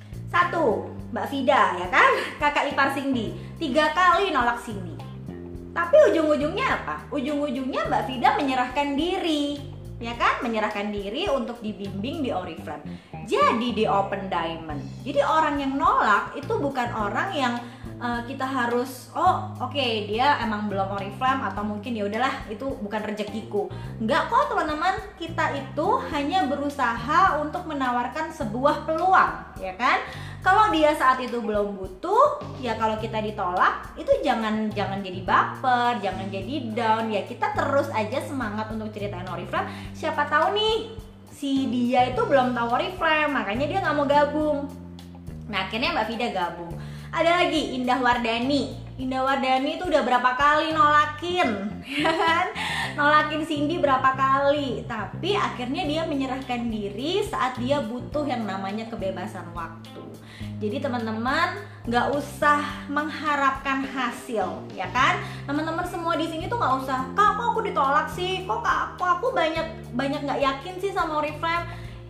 Satu, Mbak Vida ya kan, kakak ipar Cindy, tiga kali nolak Cindy. Tapi ujung-ujungnya apa? Ujung-ujungnya Mbak Vida menyerahkan diri, ya kan? Menyerahkan diri untuk dibimbing di Oriflame. Jadi di Open Diamond. Jadi orang yang nolak itu bukan orang yang uh, kita harus oh oke okay, dia emang belum Oriflame atau mungkin ya udahlah itu bukan rezekiku. Enggak kok teman-teman, kita itu hanya berusaha untuk menawarkan sebuah peluang, ya kan? Kalau dia saat itu belum butuh, ya kalau kita ditolak, itu jangan jangan jadi baper, jangan jadi down. Ya kita terus aja semangat untuk ceritain Oriflame. Siapa tahu nih si dia itu belum tahu Oriflame, makanya dia nggak mau gabung. Nah akhirnya Mbak Vida gabung. Ada lagi Indah Wardani. Indah Wardani itu udah berapa kali nolakin, ya kan? Nolakin Cindy berapa kali, tapi akhirnya dia menyerahkan diri saat dia butuh yang namanya kebebasan waktu. Jadi teman-teman nggak usah mengharapkan hasil, ya kan? Teman-teman semua di sini tuh nggak usah, kak kok aku ditolak sih, kok kak aku aku banyak banyak nggak yakin sih sama Oriflame.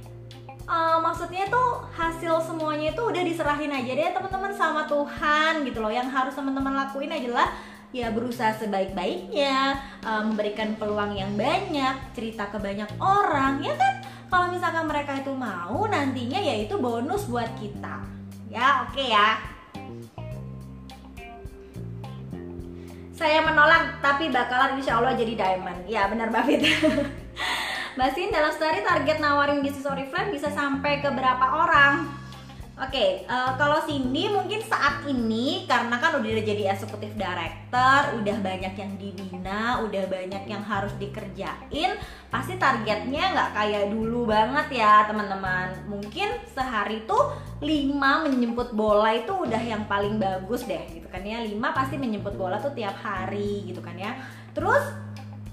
Uh, maksudnya tuh hasil semuanya itu udah diserahin aja deh teman-teman sama Tuhan gitu loh. Yang harus teman-teman lakuin adalah ya berusaha sebaik-baiknya, uh, memberikan peluang yang banyak, cerita ke banyak orang, ya kan? Kalau misalkan mereka itu mau, nantinya ya itu bonus buat kita. Ya oke okay ya. Saya menolak tapi bakalan insya Allah jadi diamond. Ya benar Mbak Fit. Mbak Sin, dalam sehari target nawarin bisnis Oriflame bisa sampai ke berapa orang? Oke, okay, uh, kalau Cindy mungkin saat ini karena kan udah jadi eksekutif director, udah banyak yang dibina, udah banyak yang harus dikerjain, pasti targetnya nggak kayak dulu banget ya teman-teman. Mungkin sehari tuh lima menjemput bola itu udah yang paling bagus deh gitu kan ya. lima pasti menjemput bola tuh tiap hari gitu kan ya. Terus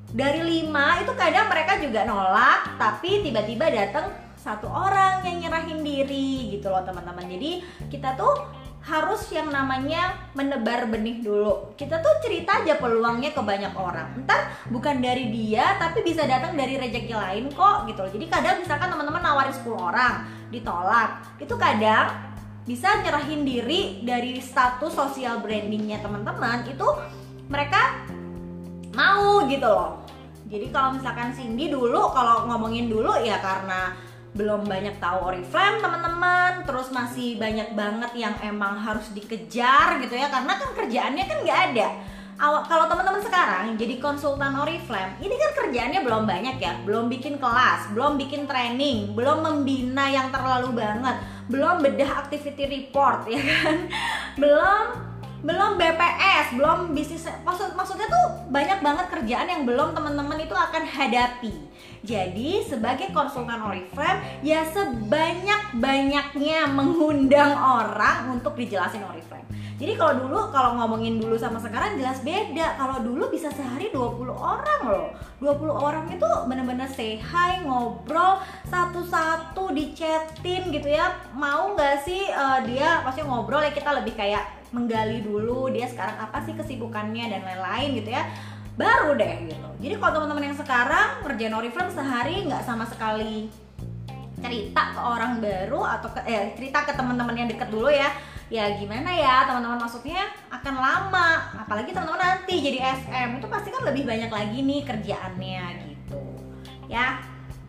dari lima itu kadang mereka juga nolak, tapi tiba-tiba datang satu orang yang nyerahin diri gitu loh teman-teman. Jadi kita tuh harus yang namanya menebar benih dulu. Kita tuh cerita aja peluangnya ke banyak orang. Entar bukan dari dia, tapi bisa datang dari rezeki lain kok gitu loh. Jadi kadang misalkan teman-teman nawarin sepuluh orang, ditolak. Itu kadang bisa nyerahin diri dari status social brandingnya teman-teman. Itu mereka mau gitu loh. Jadi kalau misalkan Cindy dulu, kalau ngomongin dulu ya karena belum banyak tahu Oriflame teman-teman, terus masih banyak banget yang emang harus dikejar gitu ya, karena kan kerjaannya kan nggak ada. Awal kalau teman-teman sekarang jadi konsultan Oriflame, ini kan kerjaannya belum banyak ya, belum bikin kelas, belum bikin training, belum membina yang terlalu banget, belum bedah activity report ya kan, belum belum B P S, belum bisnis, maksud maksudnya tuh banyak banget kerjaan yang belum teman-teman itu akan hadapi. Jadi sebagai konsultan Oriflame ya sebanyak-banyaknya mengundang orang untuk dijelasin Oriflame. Jadi kalau dulu, kalau ngomongin dulu sama sekarang jelas beda. Kalau dulu bisa sehari dua puluh orang loh. dua puluh orang itu bener-bener say hi, ngobrol satu-satu, dichatin gitu ya. Mau gak sih uh, dia pasti ngobrol ya, kita lebih kayak menggali dulu dia sekarang apa sih kesibukannya dan lain-lain gitu ya, baru deh gitu. Jadi kalau teman-teman yang sekarang ngerjain Oriflame sehari nggak sama sekali cerita ke orang baru atau ke, eh, cerita ke teman-teman yang deket dulu ya, ya gimana ya teman-teman, maksudnya akan lama. Apalagi teman-teman nanti jadi S M itu pasti kan lebih banyak lagi nih kerjaannya gitu ya.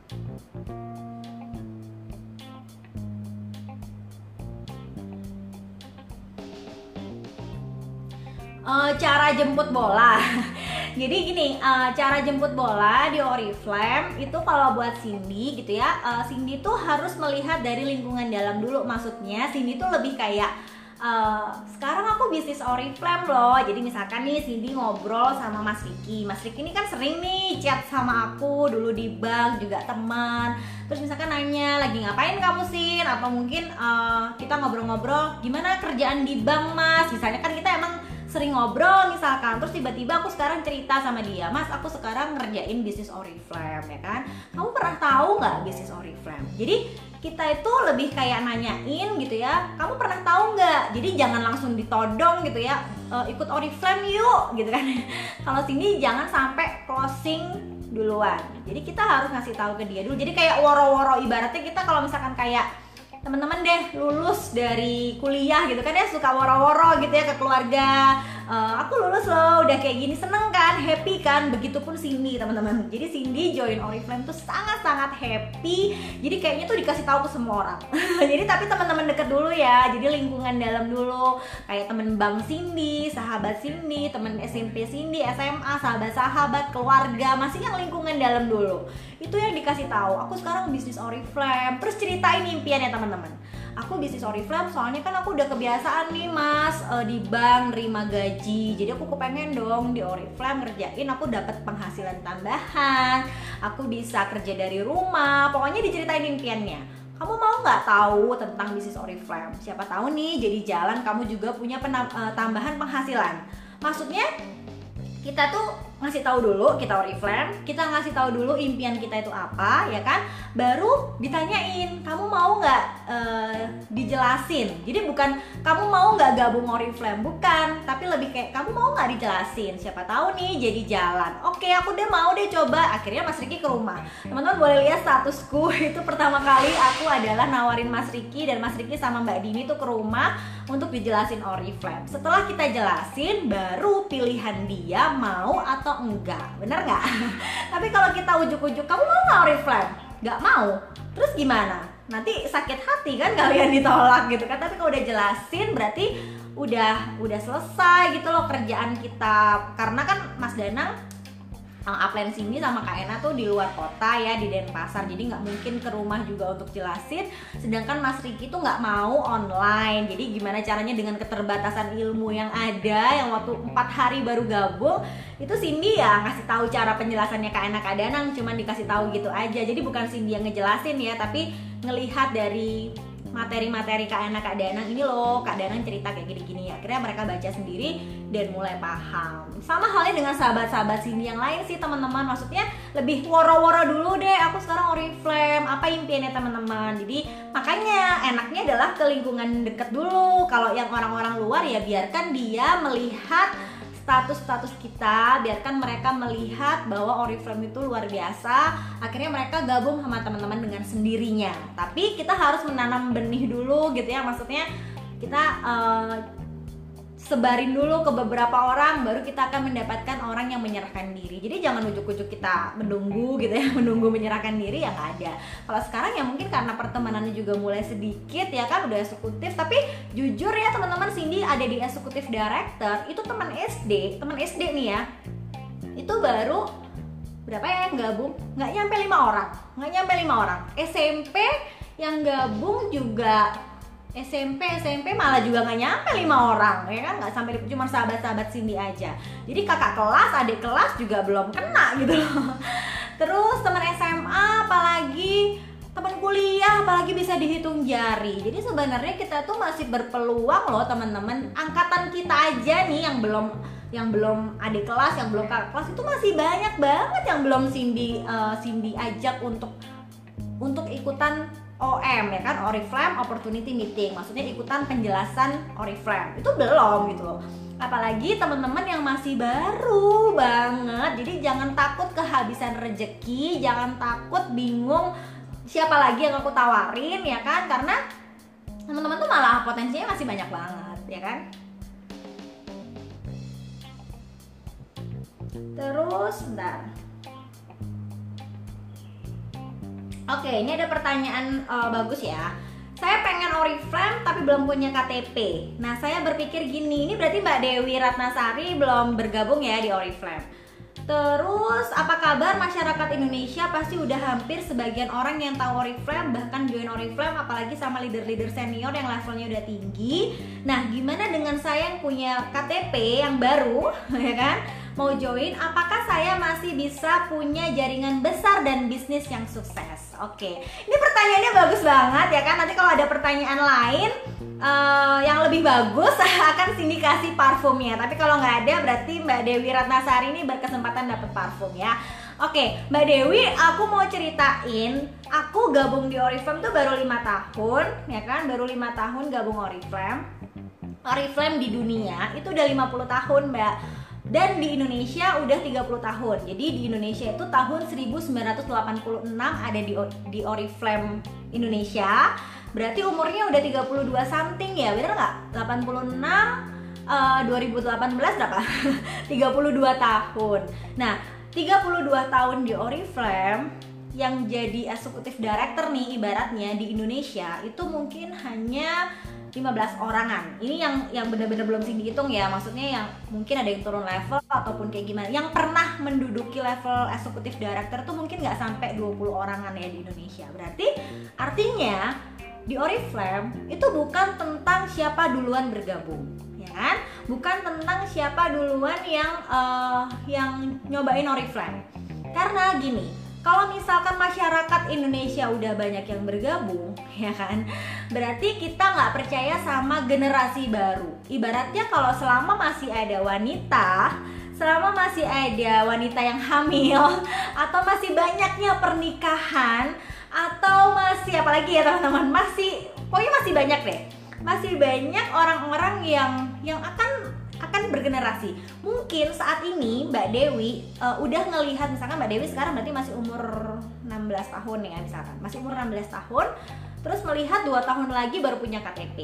Uh, cara jemput bola. Jadi gini, uh, cara jemput bola di Oriflame itu kalau buat Cindy gitu ya, uh, Cindy tuh harus melihat dari lingkungan dalam dulu. Maksudnya Cindy tuh lebih kayak uh, sekarang aku bisnis Oriflame loh. Jadi misalkan nih Cindy ngobrol sama Mas Riki. Mas Riki ini kan sering nih chat sama aku dulu di bank juga teman. Terus misalkan nanya lagi ngapain kamu Sin, atau mungkin uh, kita ngobrol-ngobrol gimana kerjaan di bank Mas. Misalnya kan kita emang sering ngobrol misalkan, terus tiba-tiba aku sekarang cerita sama dia, Mas aku sekarang ngerjain bisnis Oriflame ya kan, kamu pernah tahu nggak bisnis Oriflame? Jadi kita itu lebih kayak nanyain gitu ya, kamu pernah tahu nggak? Jadi jangan langsung ditodong gitu ya, e, ikut Oriflame yuk gitu kan. Kalau sini jangan sampai closing duluan, jadi kita harus ngasih tahu ke dia dulu. Jadi kayak woro-woro, ibaratnya kita kalau misalkan kayak teman-teman deh lulus dari kuliah gitu kan ya, suka woro-woro gitu ya ke keluarga, e, aku lulus loh udah kayak gini, seneng kan, happy kan. Begitupun Cindy teman-teman. Jadi Cindy join Oriflame tuh sangat-sangat happy, jadi kayaknya tuh dikasih tahu ke semua orang. Jadi tapi teman-teman deket dulu ya, jadi lingkungan dalam dulu, kayak temen bang Cindy, sahabat Cindy, temen S M P Cindy, S M A, sahabat-sahabat, keluarga, masih yang lingkungan dalam dulu. Itu yang dikasih tahu, aku sekarang bisnis Oriflame, terus ceritain impiannya teman-teman. Aku bisnis Oriflame soalnya kan aku udah kebiasaan nih Mas uh, di bank nerima gaji, jadi aku kepengen dong di Oriflame ngerjain, aku dapat penghasilan tambahan, aku bisa kerja dari rumah, pokoknya diceritain impiannya. Kamu mau nggak tahu tentang bisnis Oriflame? Siapa tahu nih jadi jalan kamu juga punya penam- uh, tambahan penghasilan. Maksudnya kita tuh ngasih tahu dulu kita Oriflame, kita ngasih tahu dulu impian kita itu apa ya kan, baru ditanyain kamu mau nggak uh, dijelasin. Jadi bukan kamu mau nggak gabung Oriflame, bukan, tapi lebih kayak kamu mau nggak dijelasin, siapa tahu nih jadi jalan. Oke aku deh mau deh coba. Akhirnya Mas Riki ke rumah, teman-teman boleh lihat statusku itu pertama kali aku adalah nawarin Mas Riki dan Mas Riki sama Mbak Dini tuh ke rumah untuk dijelasin Oriflame. Setelah kita jelasin baru pilihan dia mau atau enggak, bener nggak? Tapi kalau kita ujuk-ujuk kamu mau nggak Oriflame? Nggak mau, terus gimana? Nanti sakit hati kan kalian ditolak gitu kan. Tapi kalau udah jelasin berarti udah udah selesai gitu loh kerjaan kita. Karena kan Mas Danang upline Cindy sama Kak Ena tuh di luar kota ya, di Denpasar, jadi nggak mungkin ke rumah juga untuk jelasin. Sedangkan Mas Riki tuh nggak mau online, jadi gimana caranya dengan keterbatasan ilmu yang ada, yang waktu empat hari baru gabung, itu Cindy ya ngasih tahu cara penjelasannya Kak Ena, Kak Danang, cuman dikasih tahu gitu aja. Jadi bukan Cindy yang ngejelasin ya, tapi ngelihat dari materi-materi Kak Ana, Kak Danang ini loh, Kak Danang cerita kayak gini-gini. Akhirnya mereka baca sendiri dan mulai paham. Sama halnya dengan sahabat-sahabat sini yang lain sih teman-teman. Maksudnya lebih woro-woro dulu deh, aku sekarang Oriflame, apa impiannya teman-teman. Jadi makanya enaknya adalah ke lingkungan deket dulu. Kalau yang orang-orang luar ya biarkan dia melihat status-status kita, biarkan mereka melihat bahwa Oriflame itu luar biasa. Akhirnya mereka gabung sama teman-teman dengan sendirinya. Tapi kita harus menanam benih dulu gitu ya, maksudnya kita uh, sebarin dulu ke beberapa orang, baru kita akan mendapatkan orang yang menyerahkan diri. Jadi jangan ujuk-ujuk kita menunggu gitu ya, menunggu menyerahkan diri, yang ada. Kalau sekarang ya mungkin karena pertemanannya juga mulai sedikit ya kan, udah eksekutif. Tapi jujur ya teman-teman, Cindy ada di eksekutif director, itu teman S D, teman S D nih ya, itu baru berapa ya yang gabung? Nggak nyampe lima orang, nggak nyampe lima orang. S M P yang gabung juga S M P, S M P malah juga nggak nyampe lima orang, ya kan? Nggak sampai, cuma sahabat-sahabat Cindy aja. Jadi kakak kelas, adik kelas juga belum kena gitu loh. Terus teman S M A, apalagi teman kuliah, apalagi bisa dihitung jari. Jadi sebenarnya kita tuh masih berpeluang loh teman-teman. Angkatan kita aja nih yang belum yang belum adik kelas, yang belum kakak kelas, itu masih banyak banget yang belum Cindy uh, Cindy ajak untuk untuk ikutan O M ya kan, Oriflame Opportunity Meeting, maksudnya ikutan penjelasan Oriflame. Itu belum gitu loh. Apalagi teman-teman yang masih baru banget. Jadi jangan takut kehabisan rejeki, jangan takut bingung siapa lagi yang aku tawarin ya kan, karena teman-teman tuh malah potensinya masih banyak banget ya kan. Terus bentar. Oke, ini ada pertanyaan uh, bagus ya. Saya pengen Oriflame tapi belum punya K T P. Nah, saya berpikir gini, ini berarti Mbak Dewi Ratnasari belum bergabung ya di Oriflame. Terus, apa kabar masyarakat Indonesia? Pasti udah hampir sebagian orang yang tahu Oriflame, bahkan join Oriflame, apalagi sama leader-leader senior yang levelnya udah tinggi. Nah, gimana dengan saya yang punya K T P yang baru, ya kan? Mau join, apakah saya masih bisa punya jaringan besar dan bisnis yang sukses? Oke, ini pertanyaannya bagus banget ya kan. Nanti kalau ada pertanyaan lain uh, yang lebih bagus akan Cindy kasih parfumnya. Tapi kalau nggak ada berarti Mbak Dewi Ratnasari ini berkesempatan dapat parfum ya. Oke, Mbak Dewi, aku mau ceritain, aku gabung di Oriflame tuh baru lima tahun ya kan, baru lima tahun gabung Oriflame. Oriflame di dunia itu udah lima puluh tahun Mbak. Dan di Indonesia udah tiga puluh tahun. Jadi di Indonesia itu tahun seribu sembilan ratus delapan puluh enam ada di, di Oriflame Indonesia. Berarti umurnya udah tiga puluh dua something ya, bener nggak? delapan puluh enam, uh, dua ribu delapan belas berapa? tiga puluh dua tahun. Nah, tiga puluh dua tahun di Oriflame, yang jadi eksekutif director nih ibaratnya di Indonesia itu mungkin hanya lima belas orangan. Ini yang yang benar-benar belum sih dihitung ya. Maksudnya yang mungkin ada yang turun level ataupun kayak gimana. Yang pernah menduduki level eksekutif director tuh mungkin nggak sampai dua puluh orangan ya di Indonesia. Berarti artinya di Oriflame itu bukan tentang siapa duluan bergabung, ya kan? Bukan tentang siapa duluan yang uh, yang nyobain Oriflame. Karena gini, kalau misalkan masyarakat Indonesia udah banyak yang bergabung, ya kan, berarti kita nggak percaya sama generasi baru. Ibaratnya kalau selama masih ada wanita, selama masih ada wanita yang hamil, atau masih banyaknya pernikahan, atau masih apalagi ya teman-teman, masih pokoknya masih banyak deh, masih banyak orang-orang yang yang akan akan bergenerasi. Mungkin saat ini Mbak Dewi uh, udah ngelihat, misalkan Mbak Dewi sekarang berarti masih umur enam belas tahun ya, misalkan masih umur enam belas tahun, terus melihat dua tahun lagi baru punya K T P.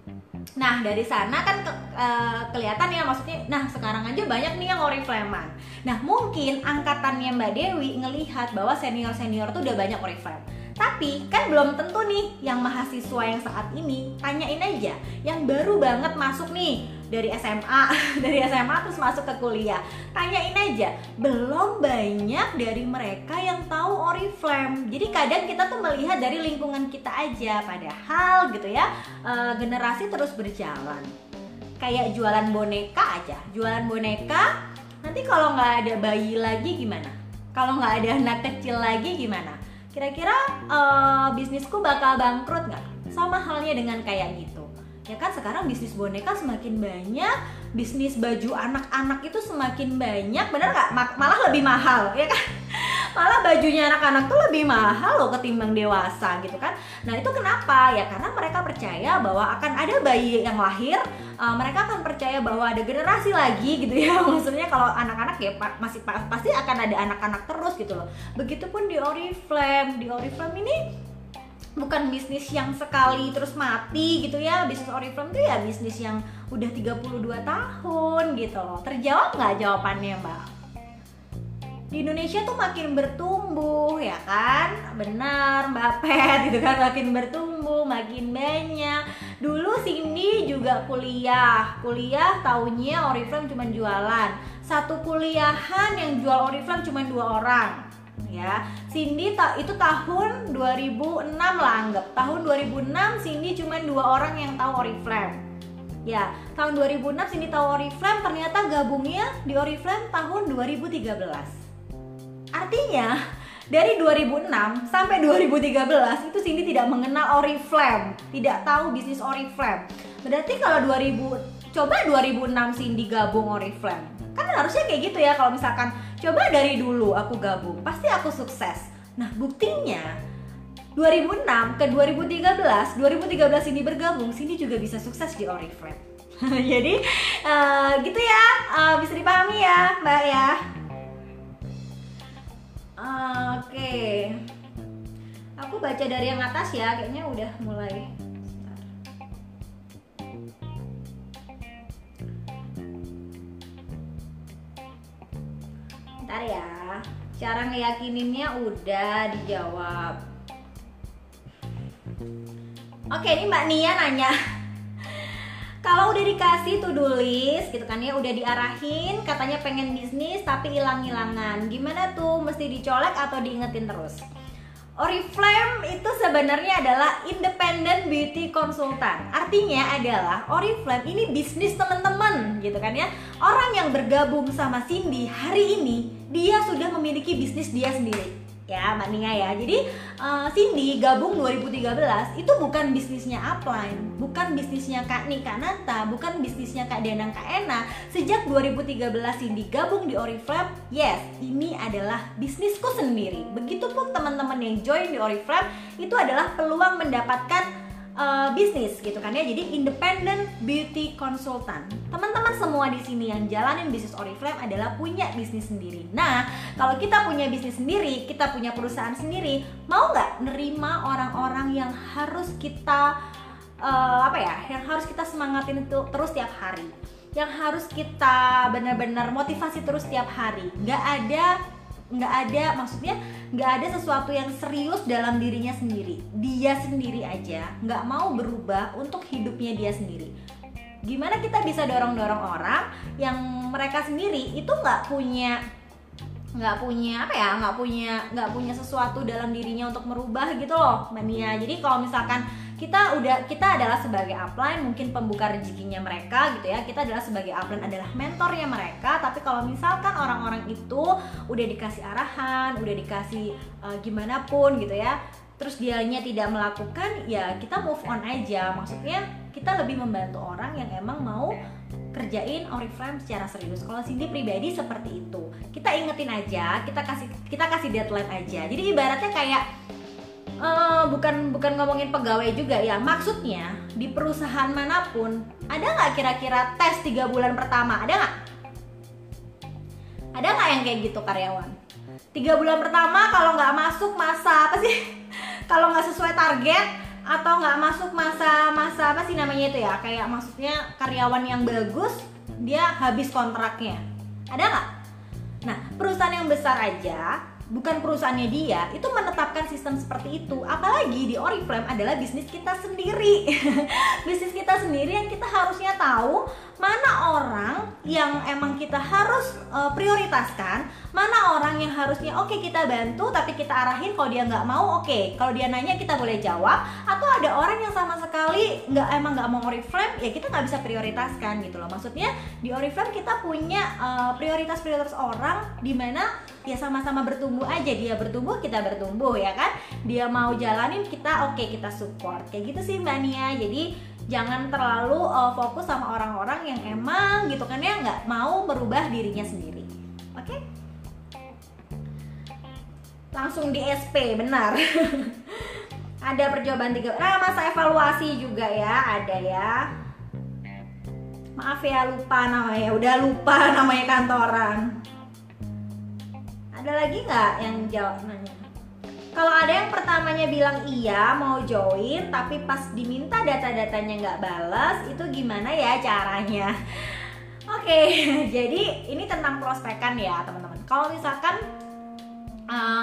Nah, dari sana kan ke, uh, kelihatan ya, maksudnya nah sekarang aja banyak nih yang Oriflamean. Nah, mungkin angkatannya Mbak Dewi ngelihat bahwa senior-senior tuh udah banyak Oriflame. Tapi kan belum tentu nih yang mahasiswa yang saat ini, tanyain aja yang baru banget masuk nih dari S M A, dari S M A terus masuk ke kuliah. Tanyain aja, belum banyak dari mereka yang tahu Oriflame. Jadi kadang kita tuh melihat dari lingkungan kita aja, padahal gitu ya, e, generasi terus berjalan. Kayak jualan boneka aja, jualan boneka, nanti kalau nggak ada bayi lagi gimana? Kalau nggak ada anak kecil lagi gimana? Kira-kira uh, bisnisku bakal bangkrut nggak? Sama halnya dengan kayak gitu. Ya kan sekarang bisnis boneka semakin banyak, bisnis baju anak-anak itu semakin banyak, bener nggak? Malah lebih mahal, ya kan? Malah bajunya anak-anak tuh lebih mahal loh ketimbang dewasa gitu kan. Nah itu kenapa? Ya karena mereka percaya bahwa akan ada bayi yang lahir, uh, mereka akan percaya bahwa ada generasi lagi gitu ya. Maksudnya kalau anak-anak ya masih pasti akan ada anak-anak terus gitu loh. Begitupun di Oriflame, di Oriflame ini bukan bisnis yang sekali terus mati gitu ya. Bisnis Oriflame tuh ya bisnis yang udah tiga puluh dua tahun gitu loh. Terjawab nggak jawabannya Mbak? Di Indonesia tuh makin bertumbuh ya kan, benar Mbak Pet gitu kan, makin bertumbuh, makin banyak. Dulu Cindy juga kuliah, kuliah tahunnya Oriflame cuma jualan, satu kuliahan yang jual Oriflame cuma dua orang ya. Cindy itu tahun dua ribu enam lah anggap, tahun dua ribu enam Cindy cuma dua orang yang tahu Oriflame. Ya, tahun dua ribu enam Cindy tahu Oriflame, ternyata gabungnya di Oriflame tahun dua ribu tiga belas. Artinya dari dua ribu enam sampai dua ribu tiga belas itu Cindy tidak mengenal Oriflame, tidak tahu bisnis Oriflame. Berarti kalau dua ribu coba dua ribu enam Cindy gabung Oriflame, kan harusnya kayak gitu ya. Kalau misalkan coba dari dulu aku gabung, pasti aku sukses. Nah buktinya dua ribu enam ke dua ribu tiga belas, dua ribu tiga belas Cindy bergabung, Cindy juga bisa sukses di Oriflame. Jadi uh, gitu ya, uh, bisa dipahami ya Mbak ya. Oke, okay. Aku baca dari yang atas ya, kayaknya udah mulai. Bentar ya, cara ngeyakininnya udah dijawab. Oke, ini Mbak Nia nanya, kalau udah dikasih to-do list gitu kan ya, udah diarahin, katanya pengen bisnis tapi hilang-hilangan, gimana tuh, mesti dicolek atau diingetin terus? Oriflame itu sebenarnya adalah independent beauty consultant. Artinya adalah Oriflame ini bisnis teman-teman gitu kan ya. Orang yang bergabung sama Cindy hari ini, dia sudah memiliki bisnis dia sendiri. Ya Mbak Nia ya, jadi uh, Cindy gabung dua ribu tiga belas itu bukan bisnisnya Upline, bukan bisnisnya Kak Nika Nata, bukan bisnisnya Kak Danang Kak Ena. Sejak dua ribu tiga belas Cindy gabung di Oriflame, yes, ini adalah bisnisku sendiri. Begitupun teman-teman yang join di Oriflame, itu adalah peluang mendapatkan uh, bisnis gitu kan ya. Jadi independent beauty consultant. Teman-teman semua di sini yang jalanin bisnis Oriflame adalah punya bisnis sendiri. Nah, kalau kita punya bisnis sendiri, kita punya perusahaan sendiri, mau nggak nerima orang-orang yang harus kita uh, apa ya, yang harus kita semangatin itu terus tiap hari, yang harus kita benar-benar motivasi terus tiap hari. Nggak ada nggak ada maksudnya nggak ada sesuatu yang serius dalam dirinya sendiri. Dia sendiri aja nggak mau berubah untuk hidupnya dia sendiri. Gimana kita bisa dorong-dorong orang yang mereka sendiri itu nggak punya nggak punya apa ya nggak punya nggak punya sesuatu dalam dirinya untuk merubah gitu loh Mbak Nia. Jadi kalau misalkan kita udah kita adalah sebagai upline mungkin pembuka rezekinya mereka gitu ya, kita adalah sebagai upline adalah mentornya mereka. Tapi kalau misalkan orang-orang itu udah dikasih arahan, udah dikasih uh, gimana pun gitu ya, terus dianya tidak melakukan, ya kita move on aja. Maksudnya kita lebih membantu orang yang emang mau kerjain Oriflame secara serius. Kalau Cindy pribadi seperti itu, kita ingetin aja, kita kasih kita kasih deadline aja. Jadi ibaratnya kayak uh, bukan bukan ngomongin pegawai juga ya. Maksudnya di perusahaan manapun ada nggak kira-kira tes tiga bulan pertama? Ada nggak? Ada nggak yang kayak gitu karyawan? Tiga bulan pertama kalau nggak masuk masa apa sih? Kalau nggak sesuai target atau nggak masuk masa-masa apa sih namanya itu ya, kayak maksudnya karyawan yang bagus dia habis kontraknya, ada nggak? Nah perusahaan yang besar aja, bukan perusahaannya dia, itu menetapkan sistem seperti itu. Apalagi di Oriflame adalah bisnis kita sendiri. Bisnis kita sendiri yang kita harusnya tahu mana orang yang emang kita harus uh, prioritaskan, mana orang yang harusnya oke okay, kita bantu tapi kita arahin, kalau dia nggak mau oke, okay. Kalau dia nanya kita boleh jawab, atau ada orang yang sama sekali nggak emang nggak mau Oriflame, ya kita nggak bisa prioritaskan gitu loh. Maksudnya di Oriflame kita punya uh, prioritas-prioritas orang di mana ya sama-sama bertumbuh aja, dia bertumbuh kita bertumbuh ya kan, dia mau jalanin kita oke okay, kita support kayak gitu sih Mbak Nia. Jadi jangan terlalu uh, fokus sama orang-orang yang emang gitu kan ya nggak mau merubah dirinya sendiri. Oke? Okay? Langsung di S P, benar. Ada percobaan tiga. Nah, masa evaluasi juga ya, ada ya. Maaf ya lupa namanya, udah lupa namanya kantoran. Ada lagi nggak yang jawab nanya? Kalau ada yang pertamanya bilang iya mau join, tapi pas diminta data-datanya nggak balas, itu gimana ya caranya? Oke, jadi ini tentang prospekan ya teman-teman. Kalau misalkan uh,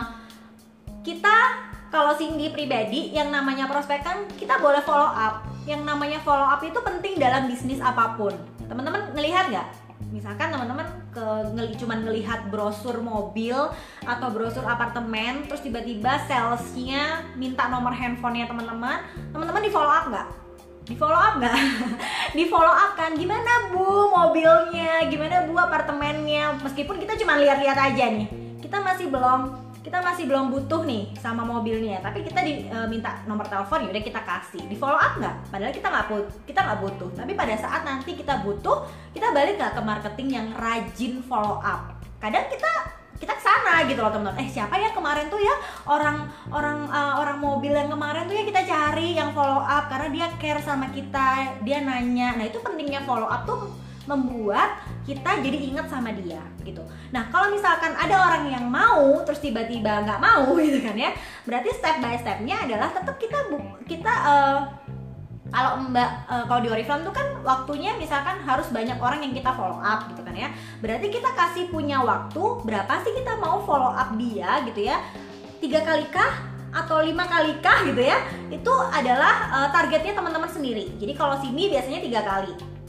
kita, kalau Cindy pribadi, yang namanya prospekan kita boleh follow up. Yang namanya follow up itu penting dalam bisnis apapun. Teman-teman ngelihat nggak? Misalkan teman-teman ke ngeli, cuman ngelihat brosur mobil atau brosur apartemen, terus tiba-tiba salesnya minta nomor handphonenya teman-teman, teman-teman di follow up nggak? Di follow up nggak? Di follow up kan, gimana bu mobilnya, gimana bu apartemennya, meskipun kita cuma lihat-lihat aja nih, kita masih belum kita masih belum butuh nih sama mobilnya, tapi kita diminta e, nomor telepon, yaudah kita kasih. Di follow up nggak? Padahal kita nggak kita nggak butuh, tapi pada saat nanti kita butuh, kita balik nggak ke marketing yang rajin follow up. Kadang kita kita kesana gitu loh teman-teman. Eh siapa ya kemarin tuh ya orang orang uh, orang mobil yang kemarin tuh ya kita cari yang follow up karena dia care sama kita, dia nanya. Nah itu pentingnya follow up tuh, membuat kita jadi inget sama dia gitu. Nah kalau misalkan ada orang yang mau terus tiba-tiba nggak mau gitu kan ya, berarti step by stepnya adalah tetap kita kita uh, kalau Mbak uh, kalau di Oriflame tuh kan waktunya misalkan harus banyak orang yang kita follow up gitu kan ya, berarti kita kasih punya waktu berapa sih kita mau follow up dia gitu ya, tiga kali kah atau lima kali kah gitu ya, itu adalah uh, targetnya teman-teman sendiri. Jadi kalau sini biasanya tiga kali.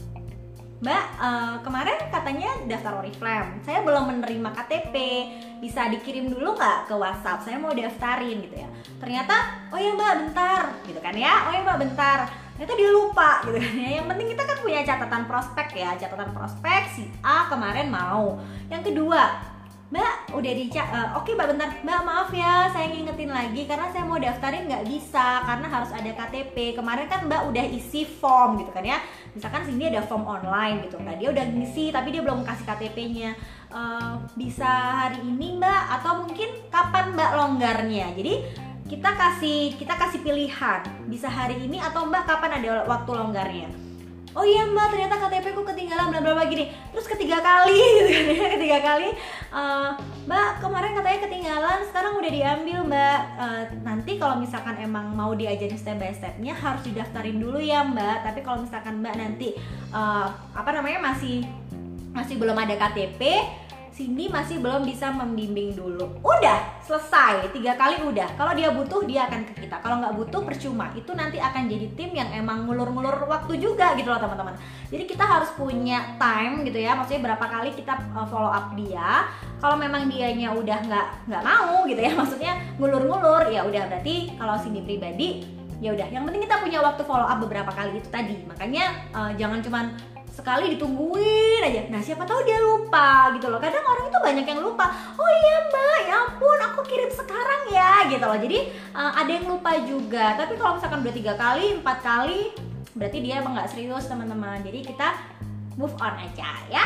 Mbak, uh, kemarin katanya daftar Oriflame, saya belum menerima K T P, bisa dikirim dulu nggak ke WhatsApp, saya mau daftarin gitu ya. Ternyata, oh ya Mbak bentar gitu kan ya, oh ya Mbak bentar, ternyata dia lupa gitu kan ya. Yang penting kita kan punya catatan prospek ya, catatan prospek si A kemarin mau. Yang kedua, Mbak udah di uh, oke okay, Mbak bentar, Mbak maaf ya saya ngingetin lagi karena saya mau daftarin nggak bisa karena harus ada K T P. Kemarin kan Mbak udah isi form gitu kan ya, misalkan sini ada form online gitu kan, dia udah ngisi tapi dia belum kasih K T P-nya. Uh, bisa hari ini Mbak atau mungkin kapan Mbak longgarnya. Jadi kita kasih kita kasih pilihan, bisa hari ini atau Mbak kapan ada waktu longgarnya. Oh iya Mbak, ternyata K T P ku ketinggalan bla bla bla gini. Terus ketiga kali gitu kan ya, ketiga kali uh, Mbak kemarin katanya ketinggalan, sekarang udah diambil Mbak. Uh, nanti kalau misalkan emang mau diajarin step by stepnya harus didaftarin dulu ya Mbak. Tapi kalau misalkan Mbak nanti uh, apa namanya masih masih belum ada K T P, Cindy masih belum bisa membimbing dulu. Udah selesai, tiga kali udah. Kalau dia butuh dia akan ke kita, kalau nggak butuh percuma. Itu nanti akan jadi tim yang emang ngulur-ngulur waktu juga gitu loh teman-teman. Jadi kita harus punya time gitu ya, maksudnya berapa kali kita follow up dia. Kalau memang dianya udah nggak nggak mau gitu ya, maksudnya ngulur-ngulur, ya udah berarti kalau Cindy pribadi ya udah. Yang penting kita punya waktu follow up beberapa kali itu tadi. Makanya uh, jangan cuman sekali ditungguin aja. Nah siapa tahu dia lupa gitu loh. Kadang orang itu banyak yang lupa. Oh iya Mbak, ya ampun aku kirim sekarang ya gitu loh. Jadi uh, ada yang lupa juga. Tapi kalau misalkan udah tiga kali, empat kali, berarti dia emang nggak serius teman-teman. Jadi kita move on aja ya.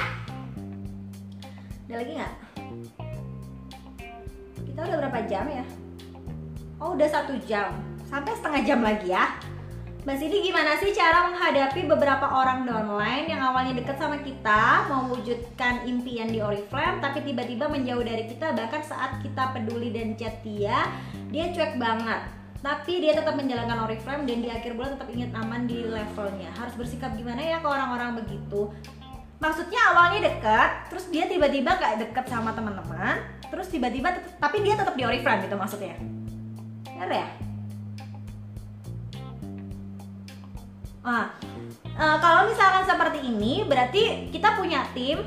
Ada lagi nggak? Kita udah berapa jam ya? Oh udah satu jam. Sampai setengah jam lagi ya. Mbak Cindy gimana sih cara menghadapi beberapa orang downline yang awalnya deket sama kita, mewujudkan impian di Oriflame, tapi tiba-tiba menjauh dari kita, bahkan saat kita peduli dan chat dia, dia cuek banget. Tapi dia tetap menjalankan Oriflame dan di akhir bulan tetap ingat aman di levelnya. Harus bersikap gimana ya ke orang-orang begitu? Maksudnya awalnya deket, terus dia tiba-tiba gak deket sama teman-teman, terus tiba-tiba tapi dia tetap di Oriflame gitu maksudnya? Bener ya? Ah, uh, kalau misalkan seperti ini berarti kita punya tim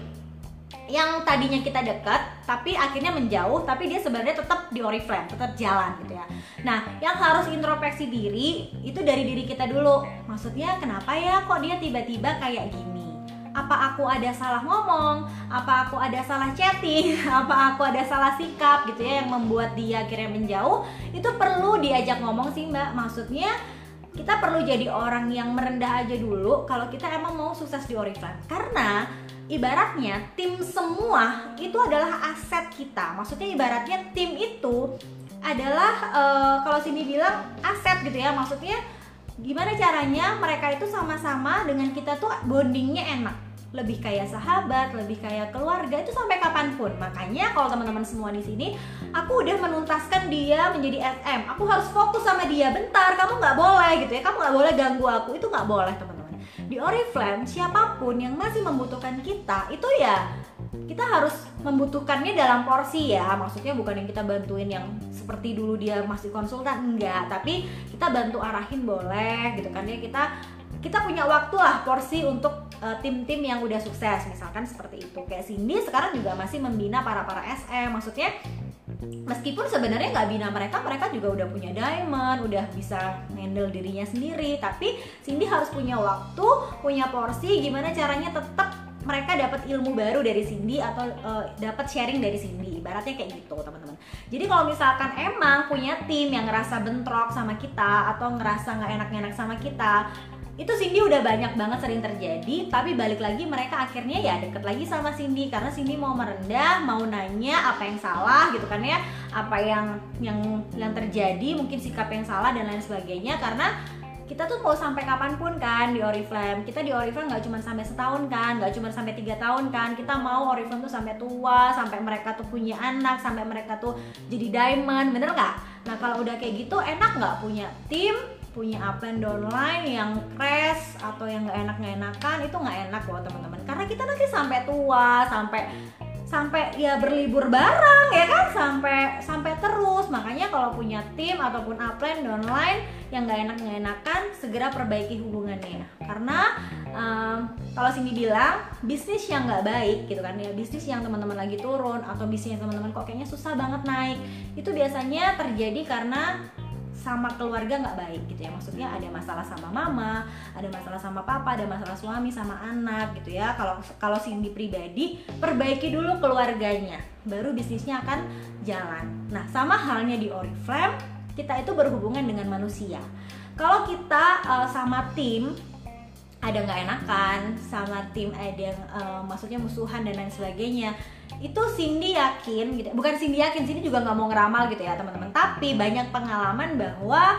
yang tadinya kita dekat tapi akhirnya menjauh, tapi dia sebenarnya tetap di Oriflame, tetap jalan gitu ya. Nah, yang harus introspeksi diri itu dari diri kita dulu. Maksudnya kenapa ya kok dia tiba-tiba kayak gini? Apa aku ada salah ngomong? Apa aku ada salah chatting? Apa aku ada salah sikap gitu ya yang membuat dia akhirnya menjauh? Itu perlu diajak ngomong sih Mbak. Maksudnya kita perlu jadi orang yang merendah aja dulu kalau kita emang mau sukses di Oriflame. Karena ibaratnya tim semua itu adalah aset kita. Maksudnya ibaratnya tim itu adalah uh, kalau Cindy bilang aset gitu ya. Maksudnya gimana caranya mereka itu sama-sama dengan kita tuh bondingnya enak, lebih kayak sahabat, lebih kayak keluarga, itu sampai kapanpun. Makanya kalau teman-teman semua di sini, aku udah menuntaskan dia menjadi S M. Aku harus fokus sama dia bentar. Kamu nggak boleh gitu ya. Kamu nggak boleh ganggu aku. Itu nggak boleh teman-teman. Di Oriflame siapapun yang masih membutuhkan kita itu ya kita harus membutuhkannya dalam porsi ya. Maksudnya bukan yang kita bantuin yang seperti dulu dia masih konsultan, enggak, tapi kita bantu arahin boleh gitu kan ya. Kita kita punya waktu lah porsi untuk uh, tim-tim yang udah sukses misalkan seperti itu. Kayak Cindy sekarang juga masih membina para-para S M. Maksudnya meskipun sebenarnya nggak bina mereka, mereka juga udah punya diamond, udah bisa handle dirinya sendiri. Tapi Cindy harus punya waktu, punya porsi, gimana caranya tetap mereka dapat ilmu baru dari Cindy atau uh, dapat sharing dari Cindy. Ibaratnya kayak gitu teman-teman. Jadi kalau misalkan emang punya tim yang ngerasa bentrok sama kita atau ngerasa nggak enak-enak sama kita, itu Cindy udah banyak banget sering terjadi. Tapi balik lagi mereka akhirnya ya deket lagi sama Cindy karena Cindy mau merendah, mau nanya apa yang salah gitu kan ya, apa yang yang yang terjadi, mungkin sikap yang salah dan lain sebagainya. Karena kita tuh mau sampai kapanpun kan di Oriflame. Kita di Oriflame nggak cuma sampai setahun kan, nggak cuma sampai tiga tahun kan. Kita mau Oriflame tuh sampai tua, sampai mereka tuh punya anak, sampai mereka tuh jadi diamond, bener nggak? Nah kalau udah kayak gitu enak nggak punya tim, punya upline downline yang crash atau yang nggak enak nggak enakan? Itu nggak enak loh teman-teman. Karena kita nanti sampai tua, sampai sampai ya berlibur bareng ya kan, sampai sampai terus. Makanya kalau punya tim ataupun upline downline yang nggak enak nggak enakan, segera perbaiki hubungannya. Karena um, kalau Cindy bilang bisnis yang nggak baik gitu kan ya, bisnis yang teman-teman lagi turun atau bisnis yang teman-teman kok kayaknya susah banget naik, itu biasanya terjadi karena sama keluarga nggak baik gitu ya. Maksudnya ada masalah sama mama, ada masalah sama papa, ada masalah suami sama anak gitu ya. Kalau kalau Cindy pribadi, perbaiki dulu keluarganya, baru bisnisnya akan jalan. Nah sama halnya di Oriflame, kita itu berhubungan dengan manusia. Kalau kita uh, sama tim ada nggak enakan, sama tim ada yang uh, maksudnya musuhan dan lain sebagainya, itu Cindy yakin gitu, bukan Cindy yakin, Cindy juga nggak mau ngeramal gitu ya teman-teman, tapi banyak pengalaman bahwa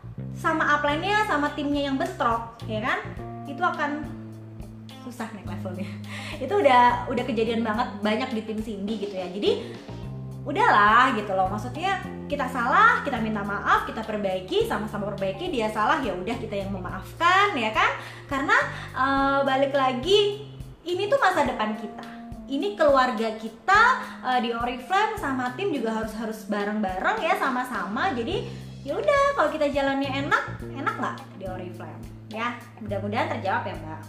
sama upline-nya, sama timnya yang bentrok ya kan, itu akan susah naik levelnya. Itu udah udah kejadian banget banyak di tim Cindy gitu ya. Jadi udahlah gitu loh, maksudnya kita salah, kita minta maaf, kita perbaiki, sama-sama perbaiki. Dia salah ya udah kita yang memaafkan ya kan, karena uh, balik lagi ini tuh masa depan kita, ini keluarga kita. uh, di Oriflame sama tim juga harus harus bareng-bareng ya, sama-sama. Jadi ya udah kalau kita jalannya enak, enak nggak di Oriflame ya. Mudah-mudahan terjawab ya Mbak.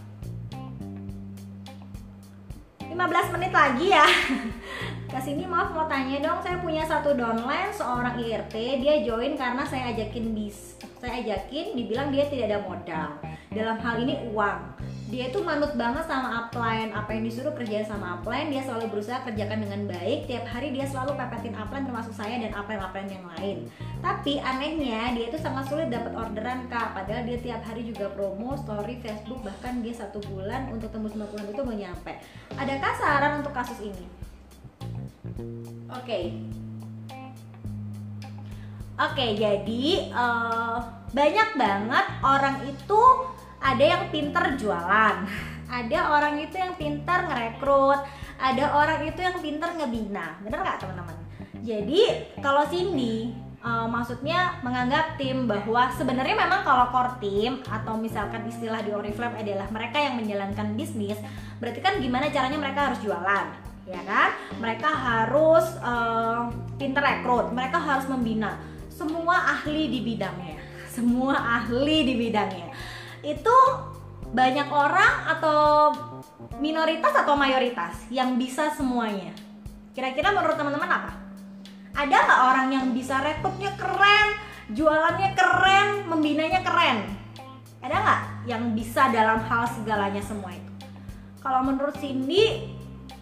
lima belas menit lagi ya. Kesini maaf mau tanya dong, saya punya satu downline seorang I R T, dia join karena saya ajakin bis, saya ajakin, dibilang dia tidak ada modal dalam hal ini uang. Dia itu manut banget sama upline, apa yang disuruh kerjain sama upline dia selalu berusaha kerjakan dengan baik. Tiap hari dia selalu pepetin upline termasuk saya dan upline-upline yang lain. Tapi anehnya dia itu sangat sulit dapat orderan Kak, padahal dia tiap hari juga promo, story, Facebook, bahkan dia satu bulan untuk tembus lima puluh itu belum nyampe. Adakah saran untuk kasus ini? Oke, okay. Oke, okay, jadi uh, banyak banget orang itu, ada yang pinter jualan, ada orang itu yang pinter ngerekrut, ada orang itu yang pinter ngebina, bener nggak teman-teman? Jadi kalau Cindy uh, maksudnya menganggap tim bahwa sebenarnya memang kalau core team atau misalkan istilah di Oriflame adalah mereka yang menjalankan bisnis, berarti kan gimana caranya mereka harus jualan, ya kan? Mereka harus uh, pinter rekrut, mereka harus membina semua ahli di bidangnya, semua ahli di bidangnya. Itu banyak orang atau minoritas atau mayoritas yang bisa semuanya? Kira-kira menurut teman-teman apa? Ada nggak orang yang bisa rekrutnya keren, jualannya keren, membinanya keren? Ada nggak yang bisa dalam hal segalanya semua itu? Kalau menurut Cindy,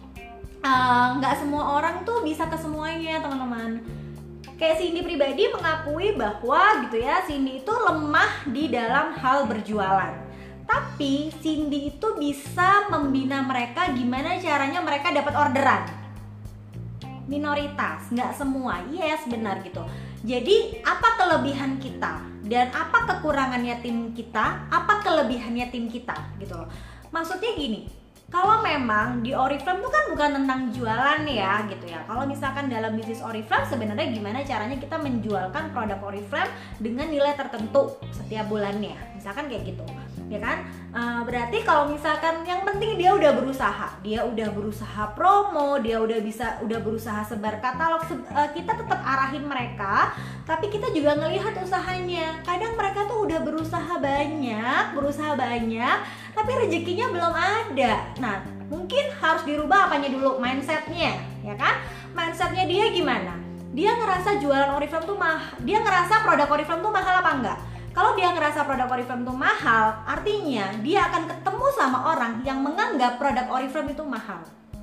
nggak uh, semua orang tuh bisa ke semuanya, teman-teman. Kayak Cindy pribadi mengakui bahwa gitu ya, Cindy itu lemah di dalam hal berjualan. Tapi Cindy itu bisa membina mereka gimana caranya mereka dapat orderan. Minoritas, nggak semua, yes benar gitu. Jadi apa kelebihan kita dan apa kekurangannya tim kita, apa kelebihannya tim kita gitu loh. Maksudnya gini, kalau memang di Oriflame tuh kan bukan tentang jualan ya gitu ya. Kalau misalkan dalam bisnis Oriflame sebenarnya gimana caranya kita menjualkan produk Oriflame dengan nilai tertentu setiap bulannya, misalkan kayak gitu ya kan. Uh, berarti kalau misalkan yang penting dia udah berusaha, dia udah berusaha promo, dia udah bisa udah berusaha sebar katalog, se uh, kita tetap arahin mereka, tapi kita juga ngelihat usahanya. Kadang mereka tuh udah berusaha banyak, berusaha banyak, tapi rezekinya belum ada. Nah, mungkin harus dirubah apanya dulu, mindsetnya, ya kan? Mindsetnya dia gimana? Dia ngerasa jualan Oriflame tuh mahal, dia ngerasa produk Oriflame tuh mahal apa enggak? Kalau dia ngerasa produk Oriflame itu mahal, artinya dia akan ketemu sama orang yang menganggap produk Oriflame itu mahal.